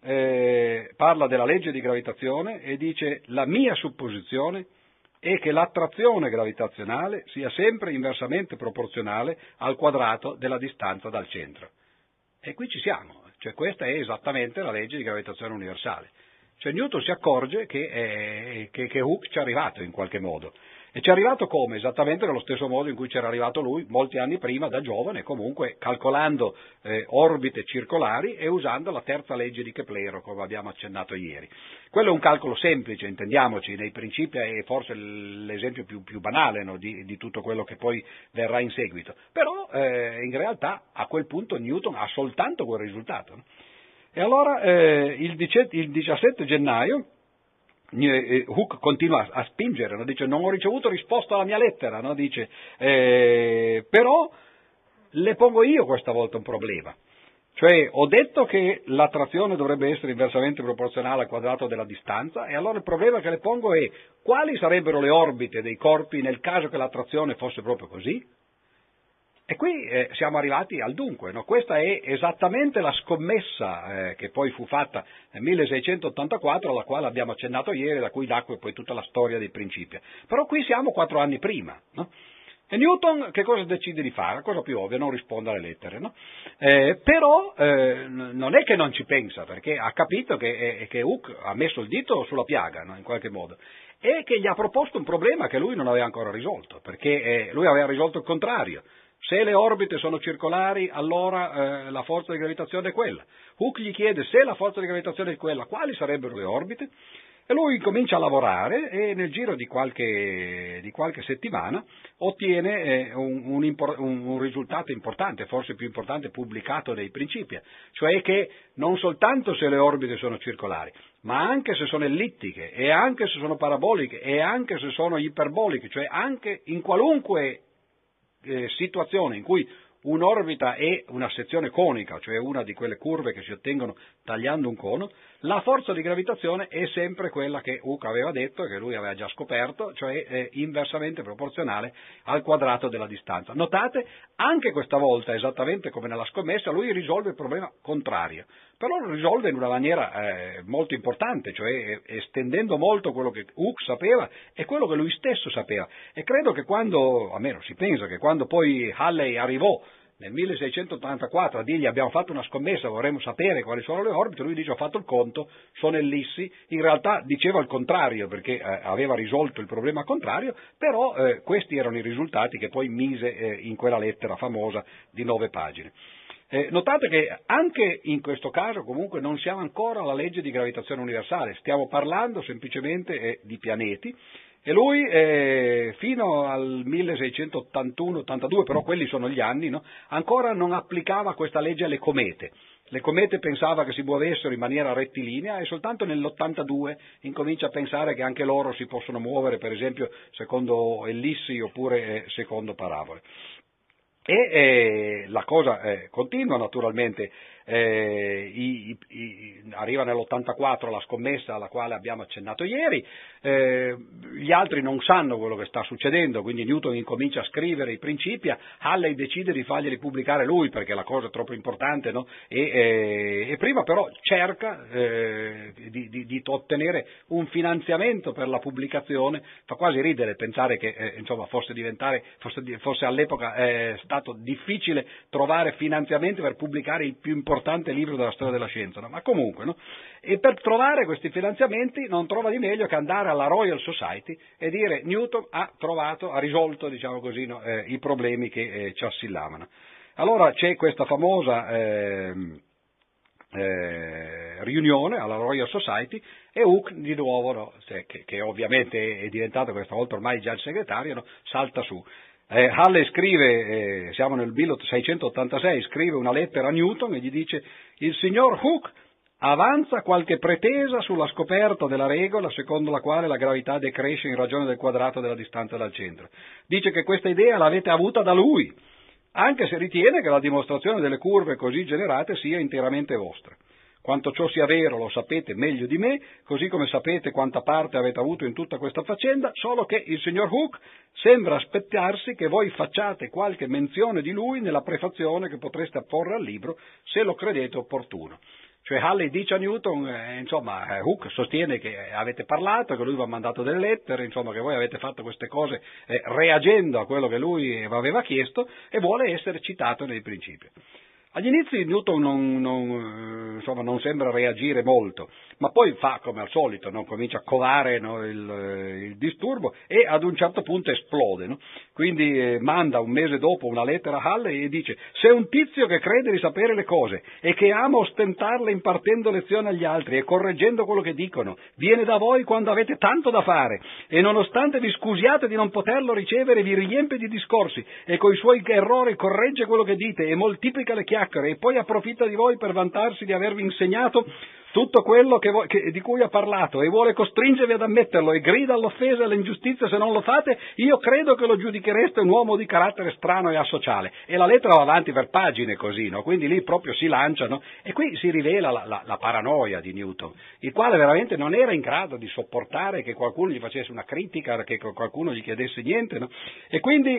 Speaker 1: eh, parla della legge di gravitazione, e dice, la mia supposizione è che l'attrazione gravitazionale sia sempre inversamente proporzionale al quadrato della distanza dal centro. E qui ci siamo, cioè questa è esattamente la legge di gravitazione universale. Cioè Newton si accorge che, eh, che, che Hooke ci è arrivato in qualche modo. E ci è arrivato come? Esattamente nello stesso modo in cui c'era arrivato lui molti anni prima da giovane, comunque calcolando eh, orbite circolari e usando la terza legge di Keplero, come abbiamo accennato ieri. Quello è un calcolo semplice, intendiamoci, nei principi è forse l'esempio più, più banale, no, di, di tutto quello che poi verrà in seguito. Però eh, in realtà a quel punto Newton ha soltanto quel risultato, no? E allora eh, il diciassette gennaio eh, Hooke continua a spingere, no? Dice non ho ricevuto risposta alla mia lettera, no? Dice eh, però le pongo io questa volta un problema, cioè ho detto che l'attrazione dovrebbe essere inversamente proporzionale al quadrato della distanza, e allora il problema che le pongo è quali sarebbero le orbite dei corpi nel caso che l'attrazione fosse proprio così? E qui eh, siamo arrivati al dunque, no? Questa è esattamente la scommessa eh, che poi fu fatta nel milleseicentottantaquattro, alla quale abbiamo accennato ieri, da cui nacque poi tutta la storia dei principi. Però qui siamo quattro anni prima, no? E Newton che cosa decide di fare? La cosa più ovvia, non risponde alle lettere, no? Eh, però eh, non è che non ci pensa, perché ha capito che, eh, che Hooke ha messo il dito sulla piaga, no? In qualche modo, e che gli ha proposto un problema che lui non aveva ancora risolto, perché eh, lui aveva risolto il contrario. Se le orbite sono circolari, allora eh, la forza di gravitazione è quella. Hooke gli chiede se la forza di gravitazione è quella, quali sarebbero le orbite? E lui comincia a lavorare e nel giro di qualche, di qualche settimana ottiene eh, un, un, impor- un, un risultato importante, forse più importante, pubblicato nei Principia, cioè che non soltanto se le orbite sono circolari, ma anche se sono ellittiche, e anche se sono paraboliche, e anche se sono iperboliche, cioè anche in qualunque Eh, situazione in cui un'orbita è una sezione conica, cioè una di quelle curve che si ottengono tagliando un cono, la forza di gravitazione è sempre quella che Hooke aveva detto e che lui aveva già scoperto, cioè è inversamente proporzionale al quadrato della distanza. Notate, anche questa volta, esattamente come nella scommessa, lui risolve il problema contrario, però lo risolve in una maniera eh, molto importante, cioè eh, estendendo molto quello che Hooke sapeva e quello che lui stesso sapeva. E credo che quando, almeno si pensa che quando poi Halley arrivò nel milleseicentottantaquattro a dirgli abbiamo fatto una scommessa, vorremmo sapere quali sono le orbite, lui dice ho fatto il conto, sono ellissi, in realtà diceva il contrario perché eh, aveva risolto il problema contrario, però eh, questi erano i risultati che poi mise eh, in quella lettera famosa di nove pagine. Eh, notate che anche in questo caso comunque non siamo ancora alla legge di gravitazione universale, stiamo parlando semplicemente eh, di pianeti, e lui eh, fino al milleseicentottantuno ottantadue, però quelli sono gli anni, no? Ancora non applicava questa legge alle comete. Le comete pensava che si muovessero in maniera rettilinea e soltanto nell'ottantadue incomincia a pensare che anche loro si possono muovere, per esempio, secondo ellissi oppure eh, secondo parabole. E eh, la cosa eh, continua naturalmente, eh, i, i, i, arriva nell'ottantaquattro la scommessa alla quale abbiamo accennato ieri, eh, gli altri non sanno quello che sta succedendo, quindi Newton incomincia a scrivere i Principia, Halley decide di farglieli pubblicare lui perché la cosa è troppo importante, no? e, eh, e prima però cerca eh, di, di, di ottenere un finanziamento per la pubblicazione, fa quasi ridere pensare che eh, insomma fosse diventare, fosse, fosse all'epoca eh, stato difficile trovare finanziamenti per pubblicare il più importante libro della storia della scienza, no? Ma comunque, no? E per trovare questi finanziamenti non trova di meglio che andare alla Royal Society e dire Newton ha trovato, ha risolto, diciamo così, no? eh, i problemi che eh, ci assillavano. Allora c'è questa famosa eh, eh, riunione alla Royal Society e Hooke di nuovo, no, che, che ovviamente è diventato questa volta ormai già il segretario, no, salta su. Eh, Halley scrive, eh, siamo nel milleseicentottantasei, scrive una lettera a Newton e gli dice: il signor Hooke avanza qualche pretesa sulla scoperta della regola secondo la quale la gravità decresce in ragione del quadrato della distanza dal centro. Dice che questa idea l'avete avuta da lui, anche se ritiene che la dimostrazione delle curve così generate sia interamente vostra. Quanto ciò sia vero lo sapete meglio di me, così come sapete quanta parte avete avuto in tutta questa faccenda, solo che il signor Hooke sembra aspettarsi che voi facciate qualche menzione di lui nella prefazione che potreste apporre al libro, se lo credete opportuno. Cioè Halley dice a Newton, eh, insomma, eh, Hooke sostiene che avete parlato, che lui vi ha mandato delle lettere, insomma, che voi avete fatto queste cose eh, reagendo a quello che lui vi aveva chiesto e vuole essere citato nei principi. Agli inizi Newton non, non, insomma, non sembra reagire molto, ma poi fa come al solito, no? Comincia a covare, no, il, il disturbo e ad un certo punto esplode. No? Quindi eh, manda un mese dopo una lettera a Halley e dice: se un tizio che crede di sapere le cose e che ama ostentarle impartendo lezioni agli altri e correggendo quello che dicono, viene da voi quando avete tanto da fare e nonostante vi scusiate di non poterlo ricevere vi riempie di discorsi e coi suoi errori corregge quello che dite e moltiplica le chiacchiere e poi approfitta di voi per vantarsi di avervi insegnato tutto quello che vo- che, di cui ha parlato e vuole costringervi ad ammetterlo e grida all'offesa e all'ingiustizia se non lo fate, io credo che lo giudichereste un uomo di carattere strano e asociale. E la lettera va avanti per pagine così, no? Quindi lì proprio si lanciano e qui si rivela la, la, la paranoia di Newton, il quale veramente non era in grado di sopportare che qualcuno gli facesse una critica, che qualcuno gli chiedesse niente, no? E quindi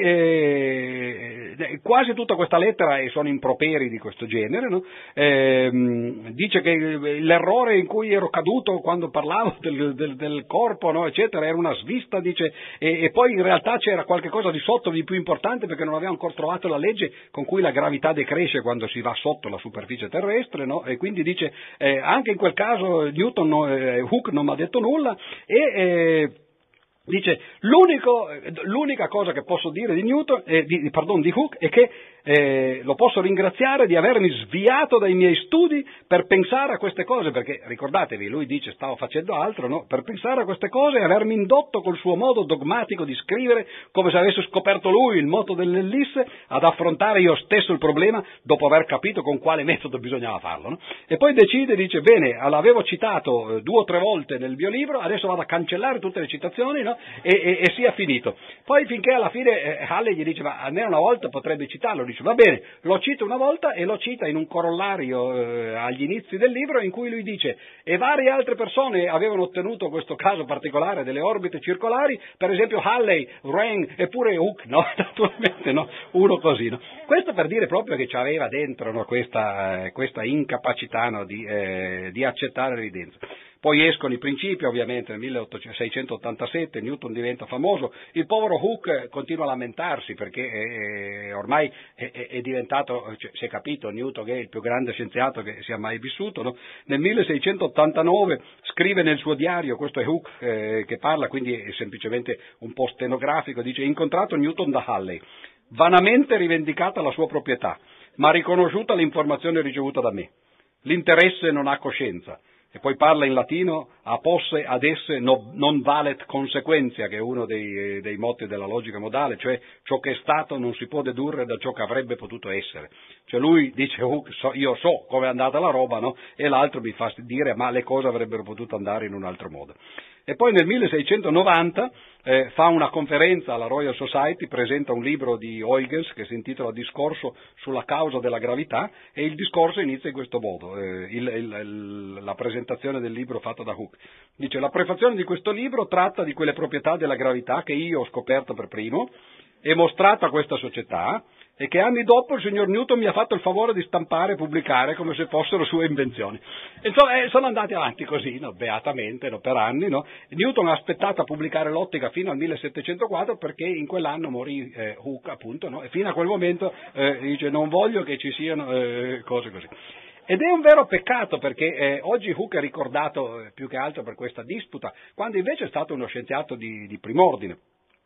Speaker 1: eh, quasi tutta questa lettera sono improperi di questo genere, no? eh, dice che l'errore in cui ero caduto quando parlavo del, del, del corpo, no, eccetera, era una svista, dice, e, e poi in realtà c'era qualche cosa di sotto di più importante perché non aveva ancora trovato la legge con cui la gravità decresce quando si va sotto la superficie terrestre, no? E quindi dice, eh, anche in quel caso Newton, no, eh, Hooke non mi ha detto nulla e... Eh, Dice, l'unico, l'unica cosa che posso dire di Newton, eh, di, pardon, di Hooke, è che eh, lo posso ringraziare di avermi sviato dai miei studi per pensare a queste cose, perché ricordatevi, lui dice stavo facendo altro, no? Per pensare a queste cose e avermi indotto col suo modo dogmatico di scrivere, come se avesse scoperto lui il moto dell'ellisse, ad affrontare io stesso il problema dopo aver capito con quale metodo bisognava farlo. No? E poi decide, dice, bene, l'avevo citato eh, due o tre volte nel mio libro, adesso vado a cancellare tutte le citazioni, no? E, e, e sia finito. Poi finché alla fine eh, Halley gli dice ma almeno una volta potrebbe citarlo, dice va bene, lo cita una volta e lo cita in un corollario eh, agli inizi del libro in cui lui dice e varie altre persone avevano ottenuto questo caso particolare delle orbite circolari, per esempio Halley, Wren e pure Hooke, no? Naturalmente no? Uno così, no? Questo per dire proprio che c'aveva dentro, no, questa, eh, questa incapacità, no, di, eh, di accettare l'evidenza. Poi escono i principi, ovviamente, nel milleseicentottantasette, Newton diventa famoso, il povero Hooke continua a lamentarsi perché eh, ormai è, è, è diventato, cioè, si è capito, Newton che è il più grande scienziato che sia mai vissuto, no? Nel milleseicentottantanove scrive nel suo diario, questo è Hooke eh, che parla, quindi è semplicemente un po' stenografico, dice incontrato Newton da Halley, vanamente rivendicata la sua proprietà, ma riconosciuta l'informazione ricevuta da me. L'interesse non ha coscienza. E poi parla in latino, a posse ad esse no, non valet consequentia, che è uno dei, dei motti della logica modale, cioè ciò che è stato non si può dedurre da ciò che avrebbe potuto essere. Cioè lui dice, oh, so, io so come è andata la roba, no? E l'altro mi fa dire, ma le cose avrebbero potuto andare in un altro modo. E poi nel milleseicentonovanta eh, fa una conferenza alla Royal Society, presenta un libro di Huygens che si intitola Discorso sulla causa della gravità e il discorso inizia in questo modo, eh, il, il, il, la presentazione del libro fatta da Hooke. Dice, la prefazione di questo libro tratta di quelle proprietà della gravità che io ho scoperto per primo e mostrato a questa società e che anni dopo il signor Newton mi ha fatto il favore di stampare e pubblicare come se fossero sue invenzioni. E insomma, eh, sono andati avanti così, no? Beatamente, no? Per anni. No? Newton ha aspettato a pubblicare l'ottica fino al millesettecentoquattro perché in quell'anno morì eh, Hooke, appunto, no? E fino a quel momento eh, dice non voglio che ci siano eh, cose così. Ed è un vero peccato perché eh, oggi Hooke è ricordato eh, più che altro per questa disputa, quando invece è stato uno scienziato di, di prim'ordine.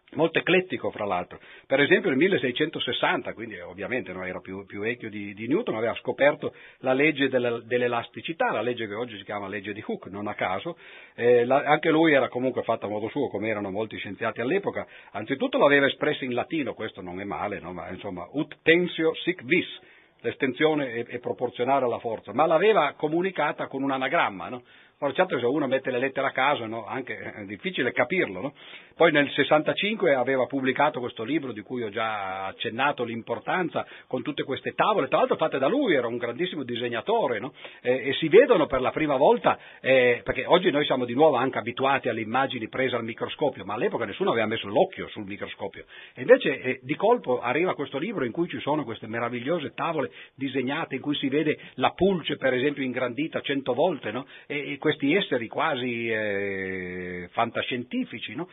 Speaker 1: molto eclettico fra l'altro. Per esempio nel milleseicentosessanta, quindi ovviamente non era più, più vecchio di, di Newton, aveva scoperto la legge della, dell'elasticità, la legge che oggi si chiama legge di Hooke, non a caso. Eh, la, anche lui era comunque fatto a modo suo, come erano molti scienziati all'epoca. Anzitutto l'aveva espresso in latino, questo non è male, no? Ma insomma, ut tensio sic vis, l'estensione è, è proporzionale alla forza, ma l'aveva comunicata con un anagramma, no? Ora certo se uno mette le lettere a caso, no? Anche è difficile capirlo, no? Poi nel sessantacinque aveva pubblicato questo libro di cui ho già accennato l'importanza, con tutte queste tavole, tra l'altro fatte da lui, era un grandissimo disegnatore, no? E, e si vedono per la prima volta, eh, perché oggi noi siamo di nuovo anche abituati alle immagini prese al microscopio, ma all'epoca nessuno aveva messo l'occhio sul microscopio. E invece eh, di colpo arriva questo libro in cui ci sono queste meravigliose tavole disegnate, in cui si vede la pulce per esempio ingrandita cento volte, no? E, e questi esseri quasi eh, fantascientifici, no?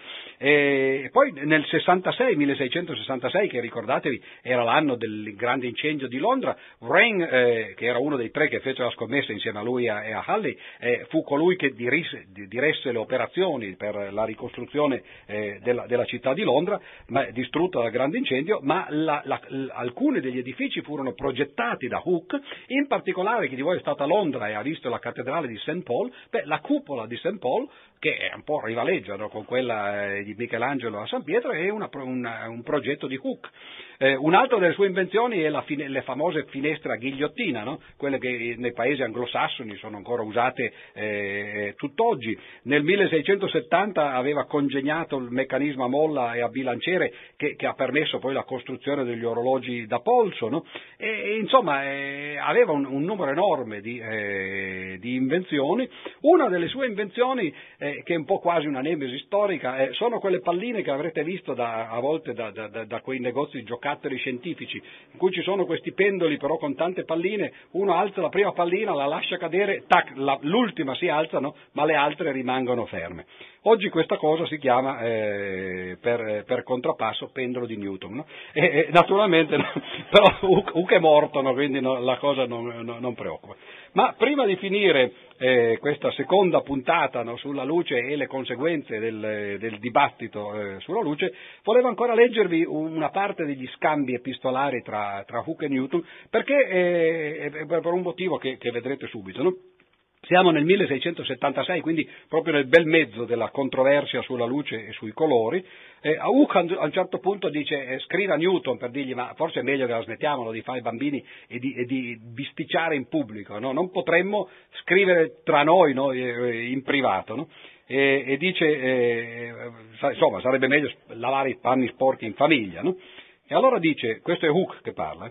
Speaker 1: E poi nel sessantasei, milleseicentosessantasei, che ricordatevi era l'anno del grande incendio di Londra, Wren, eh, che era uno dei tre che fece la scommessa insieme a lui e a Halley, eh, fu colui che dirisse, diresse le operazioni per la ricostruzione eh, della, della città di Londra, ma, distrutta dal grande incendio, ma la, la, l, alcuni degli edifici furono progettati da Hooke, in particolare chi di voi è stato a Londra e ha visto la cattedrale di Saint Paul, beh, la cupola di Saint Paul, che è un po' rivaleggia, no, con quella eh, di Michelangelo a San Pietro, è una, una, un progetto di Hooke. Eh, un'altra delle sue invenzioni è la fine, le famose finestre a ghigliottina, no? Quelle che nei paesi anglosassoni sono ancora usate eh, tutt'oggi. Nel milleseicentosettanta aveva congegnato il meccanismo a molla e a bilanciere che, che ha permesso poi la costruzione degli orologi da polso, no? E, e insomma eh, aveva un, un numero enorme di, eh, di invenzioni. Una delle sue invenzioni, eh, che è un po' quasi una nemesi storica, eh, sono quelle palline che avrete visto da, a volte da, da, da, da quei negozi di giocattoli scientifici, in cui ci sono questi pendoli però con tante palline, uno alza la prima pallina, la lascia cadere, tac, la, l'ultima si alzano, ma le altre rimangono ferme. Oggi questa cosa si chiama eh, per, per contrappasso pendolo di Newton, no? E, e, naturalmente, no, però Hooke è morto, no? Quindi no, la cosa non, no, non preoccupa. Ma prima di finire eh, questa seconda puntata, no, sulla luce e le conseguenze del, del dibattito eh, sulla luce, volevo ancora leggervi una parte degli scambi epistolari tra, tra Hooke e Newton, perché eh, per un motivo che, che vedrete subito, no? Siamo nel milleseicentosettantasei, quindi proprio nel bel mezzo della controversia sulla luce e sui colori. Eh, Hooke a un certo punto dice, eh, scrive a Newton per dirgli ma forse è meglio che la smettiamolo di fare i bambini e di, e di bisticciare in pubblico, no? Non potremmo scrivere tra noi, no? eh, in privato, no? E, e dice, eh, insomma, sarebbe meglio lavare i panni sporchi in famiglia, no? E allora dice, questo è Hooke che parla, eh,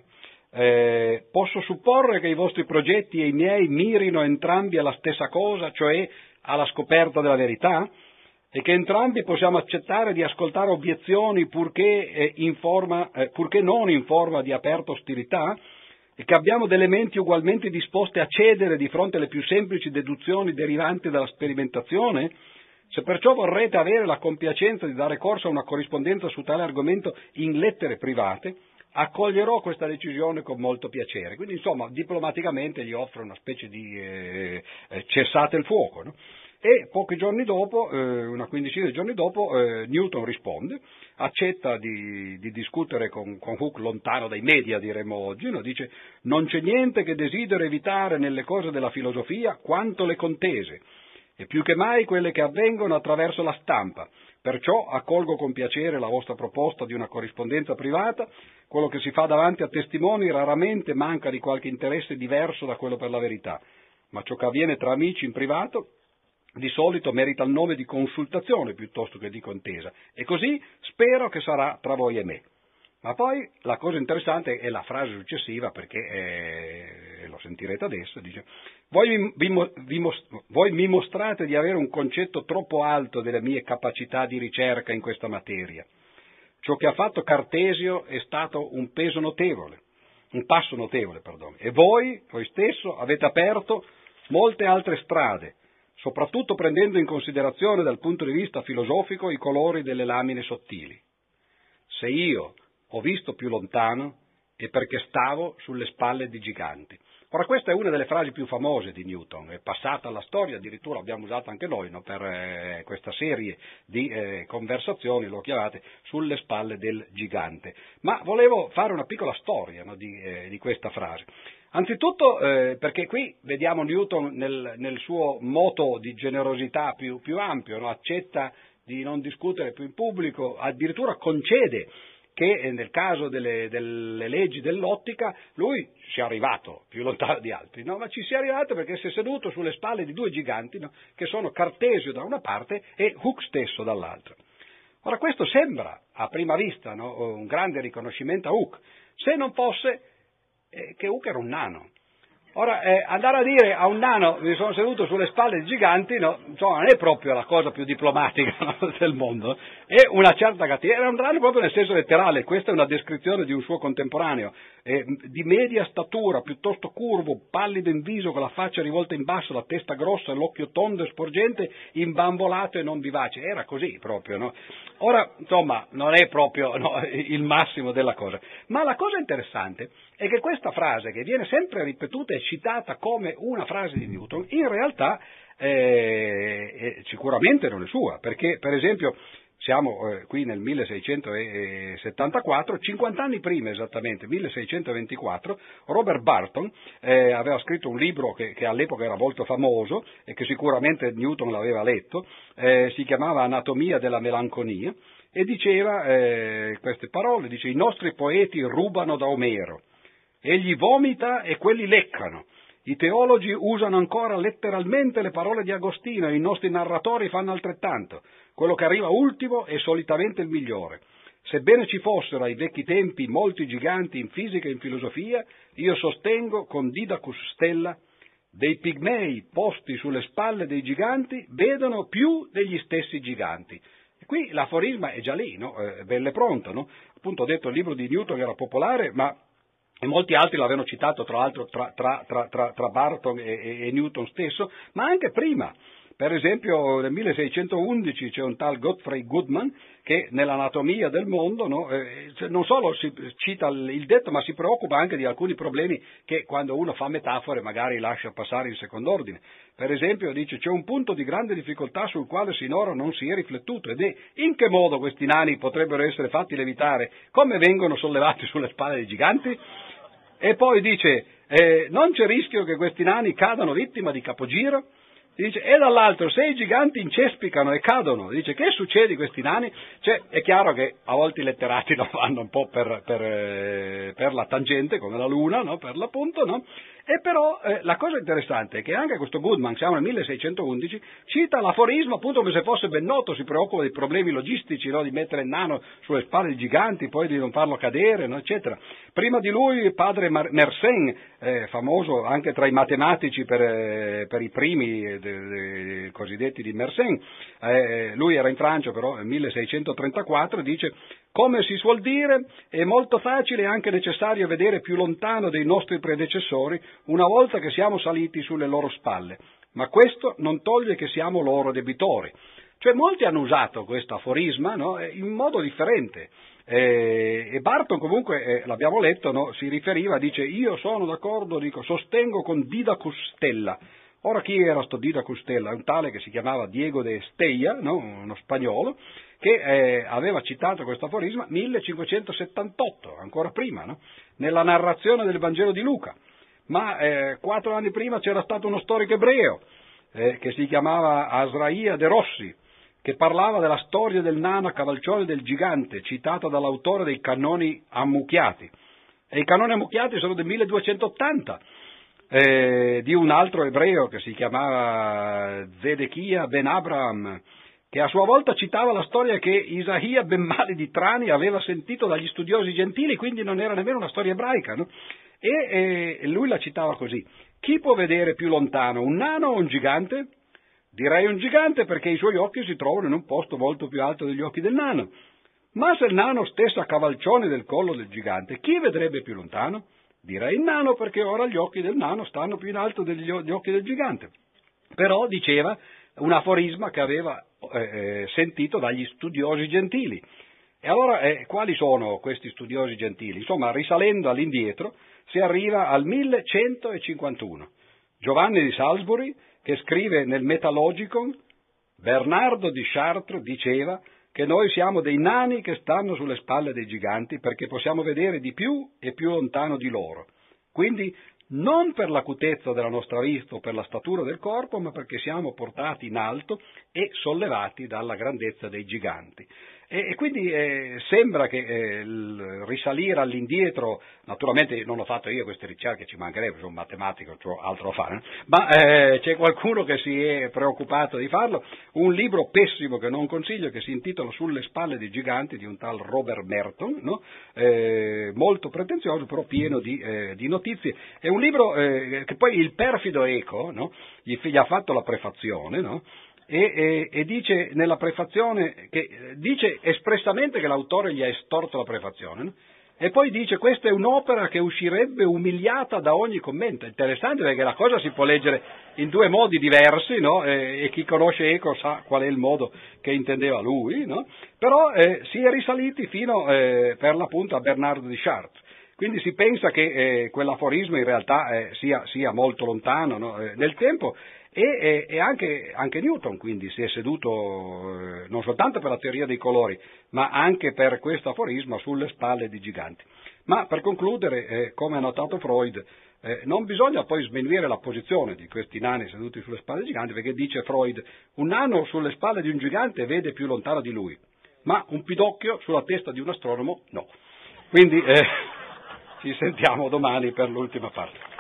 Speaker 1: Eh, posso supporre che i vostri progetti e i miei mirino entrambi alla stessa cosa, cioè alla scoperta della verità, e che entrambi possiamo accettare di ascoltare obiezioni purché, eh, in forma, eh, purché non in forma di aperta ostilità, e che abbiamo delle menti ugualmente disposte a cedere di fronte alle più semplici deduzioni derivanti dalla sperimentazione. Se perciò vorrete avere la compiacenza di dare corso a una corrispondenza su tale argomento in lettere private, accoglierò questa decisione con molto piacere. Quindi, insomma, diplomaticamente gli offre una specie di eh, eh, cessate il fuoco, no? E pochi giorni dopo, eh, una quindicina di giorni dopo, eh, Newton risponde, accetta di, di discutere con, con Hooke lontano dai media, diremmo oggi, no? Dice: non c'è niente che desidero evitare nelle cose della filosofia quanto le contese, e più che mai quelle che avvengono attraverso la stampa. Perciò accolgo con piacere la vostra proposta di una corrispondenza privata. Quello che si fa davanti a testimoni raramente manca di qualche interesse diverso da quello per la verità, ma ciò che avviene tra amici in privato di solito merita il nome di consultazione piuttosto che di contesa, e così spero che sarà tra voi e me. Ma poi la cosa interessante è la frase successiva, perché eh, lo sentirete adesso, dice: voi mi, vi, vi most, voi mi mostrate di avere un concetto troppo alto delle mie capacità di ricerca in questa materia. Ciò che ha fatto Cartesio è stato un peso notevole, un passo notevole, perdono, e voi, voi stesso, avete aperto molte altre strade, soprattutto prendendo in considerazione dal punto di vista filosofico i colori delle lamine sottili. Se io ho visto più lontano è perché stavo sulle spalle di giganti. Ora, questa è una delle frasi più famose di Newton, è passata alla storia, addirittura l'abbiamo usata anche noi, no, per eh, questa serie di eh, conversazioni, lo chiamate, sulle spalle del gigante. Ma volevo fare una piccola storia, no, di, eh, di questa frase. Anzitutto eh, perché qui vediamo Newton nel, nel suo moto di generosità più, più ampio, no? Accetta di non discutere più in pubblico, addirittura concede che nel caso delle, delle leggi dell'ottica lui sia arrivato più lontano di altri, no? Ma ci sia arrivato perché si è seduto sulle spalle di due giganti, no? Che sono Cartesio da una parte e Hooke stesso dall'altra. Ora questo sembra a prima vista, no? Un grande riconoscimento a Hooke, se non fosse eh, che Hooke era un nano. Ora, eh, andare a dire a un nano mi sono seduto sulle spalle di giganti, no, insomma, non è proprio la cosa più diplomatica, no, del mondo, è una certa cattiveria, era un nano proprio nel senso letterale, questa è una descrizione di un suo contemporaneo, eh, di media statura, piuttosto curvo, pallido in viso, con la faccia rivolta in basso, la testa grossa, l'occhio tondo e sporgente, imbambolato e non vivace, era così proprio, no? Ora, insomma, non è proprio, no, il massimo della cosa, ma la cosa interessante è che questa frase, che viene sempre ripetuta e citata come una frase di Newton, in realtà eh, sicuramente non è sua, perché per esempio siamo eh, qui nel milleseicentosettantaquattro, cinquanta anni prima esattamente, milleseicentoventiquattro, Robert Barton eh, aveva scritto un libro che, che all'epoca era molto famoso e che sicuramente Newton l'aveva letto, eh, si chiamava Anatomia della melanconia, e diceva eh, queste parole, dice: i nostri poeti rubano da Omero, egli vomita e quelli leccano. I teologi usano ancora letteralmente le parole di Agostino e i nostri narratori fanno altrettanto. Quello che arriva ultimo è solitamente il migliore. Sebbene ci fossero ai vecchi tempi molti giganti in fisica e in filosofia, io sostengo con Didacus Stella: dei pigmei posti sulle spalle dei giganti vedono più degli stessi giganti. E qui l'aforisma è già lì, no? È belle pronto, no? Appunto ho detto il libro di Newton era popolare, ma e molti altri l'avevano citato, tra l'altro, tra, tra, tra, tra, tra Barton e, e, e Newton stesso, ma anche prima. Per esempio nel milleseicentoundici c'è un tal Godfrey Goodman che nell'Anatomia del mondo, no, eh, non solo si cita il detto, ma si preoccupa anche di alcuni problemi che quando uno fa metafore magari lascia passare in secondo ordine. Per esempio dice: c'è un punto di grande difficoltà sul quale sinora non si è riflettuto, ed è in che modo questi nani potrebbero essere fatti levitare, come vengono sollevati sulle spalle dei giganti. E poi dice: eh, non c'è rischio che questi nani cadano vittima di capogiro? Dice, e dall'altro, se i giganti incespicano e cadono, dice, che succede a questi nani? Cioè, è chiaro che a volte i letterati lo fanno un po' per, per, eh, per la tangente, come la luna, no? Per l'appunto, no? E però eh, la cosa interessante è che anche questo Goodman, siamo nel milleseicentoundici, cita l'aforismo appunto come se fosse ben noto, si preoccupa dei problemi logistici, no? Di mettere il nano sulle spalle dei giganti, poi di non farlo cadere, no? Eccetera. Prima di lui padre Mar- Mersenne, eh, famoso anche tra i matematici per, eh, per i primi eh, de- de- cosiddetti di Mersenne, eh, lui era in Francia però nel milleseicentotrentaquattro, dice: come si suol dire, è molto facile e anche necessario vedere più lontano dei nostri predecessori una volta che siamo saliti sulle loro spalle, ma questo non toglie che siamo loro debitori. Cioè molti hanno usato questo aforisma, no, in modo differente, eh, e Barton comunque, eh, l'abbiamo letto, no, si riferiva, dice: io sono d'accordo, dico, sostengo con Didacus Stella. Ora chi era sto Didacus Stella? Un tale che si chiamava Diego de Estella, no, uno spagnolo, che eh, aveva citato questo aforisma millecinquecentosettantotto, ancora prima, no? Nella narrazione del Vangelo di Luca. Ma eh, quattro anni prima c'era stato uno storico ebreo eh, che si chiamava Asraia de Rossi, che parlava della storia del nano a cavalcione del gigante, citata dall'autore dei Cannoni Ammucchiati. E i Cannoni Ammucchiati sono del milleduecentottanta, eh, di un altro ebreo che si chiamava Zedechia ben Abraham, che a sua volta citava la storia che Isaia ben Mali di Trani aveva sentito dagli studiosi gentili, quindi non era nemmeno una storia ebraica, no? E, e lui la citava così: chi può vedere più lontano, un nano o un gigante? Direi un gigante, perché i suoi occhi si trovano in un posto molto più alto degli occhi del nano. Ma se il nano stesse a cavalcione del collo del gigante, chi vedrebbe più lontano? Direi il nano, perché ora gli occhi del nano stanno più in alto degli occhi del gigante. Però diceva un aforisma che aveva eh, sentito dagli studiosi gentili. E allora eh, quali sono questi studiosi gentili? Insomma, risalendo all'indietro, si arriva al millecentocinquantuno. Giovanni di Salisbury, che scrive nel Metalogicon, Bernardo di Chartres diceva che noi siamo dei nani che stanno sulle spalle dei giganti perché possiamo vedere di più e più lontano di loro. Quindi non per l'acutezza della nostra vista o per la statura del corpo, ma perché siamo portati in alto e sollevati dalla grandezza dei giganti. E, e quindi eh, sembra che eh, il risalire all'indietro, naturalmente non ho fatto io queste ricerche, ci mancherebbe, sono un matematico, ho altro da fare, ma eh, c'è qualcuno che si è preoccupato di farlo, un libro pessimo che non consiglio, che si intitola Sulle spalle dei giganti, di un tal Robert Merton, no? eh, molto pretenzioso, però pieno di, eh, di notizie. È un libro eh, che poi il perfido Eco, no? gli, gli ha fatto la prefazione, no? E, e, e dice nella prefazione, che dice espressamente che l'autore gli ha estorto la prefazione, no? E poi dice questa è un'opera che uscirebbe umiliata da ogni commento. Interessante perché la cosa si può leggere in due modi diversi, no? e, e chi conosce Eco sa qual è il modo che intendeva lui, no? Però eh, si è risaliti fino eh, per l'appunto a Bernardo di Chartres. Quindi si pensa che eh, quell'aforismo in realtà eh, sia, sia molto lontano, no? eh, nel tempo. E, e, e anche, anche Newton quindi si è seduto eh, non soltanto per la teoria dei colori, ma anche per questo aforisma sulle spalle di giganti. Ma per concludere, eh, come ha notato Freud, eh, non bisogna poi sminuire la posizione di questi nani seduti sulle spalle di giganti, perché dice Freud, un nano sulle spalle di un gigante vede più lontano di lui, ma un pidocchio sulla testa di un astronomo no. Quindi eh, ci sentiamo domani per l'ultima parte.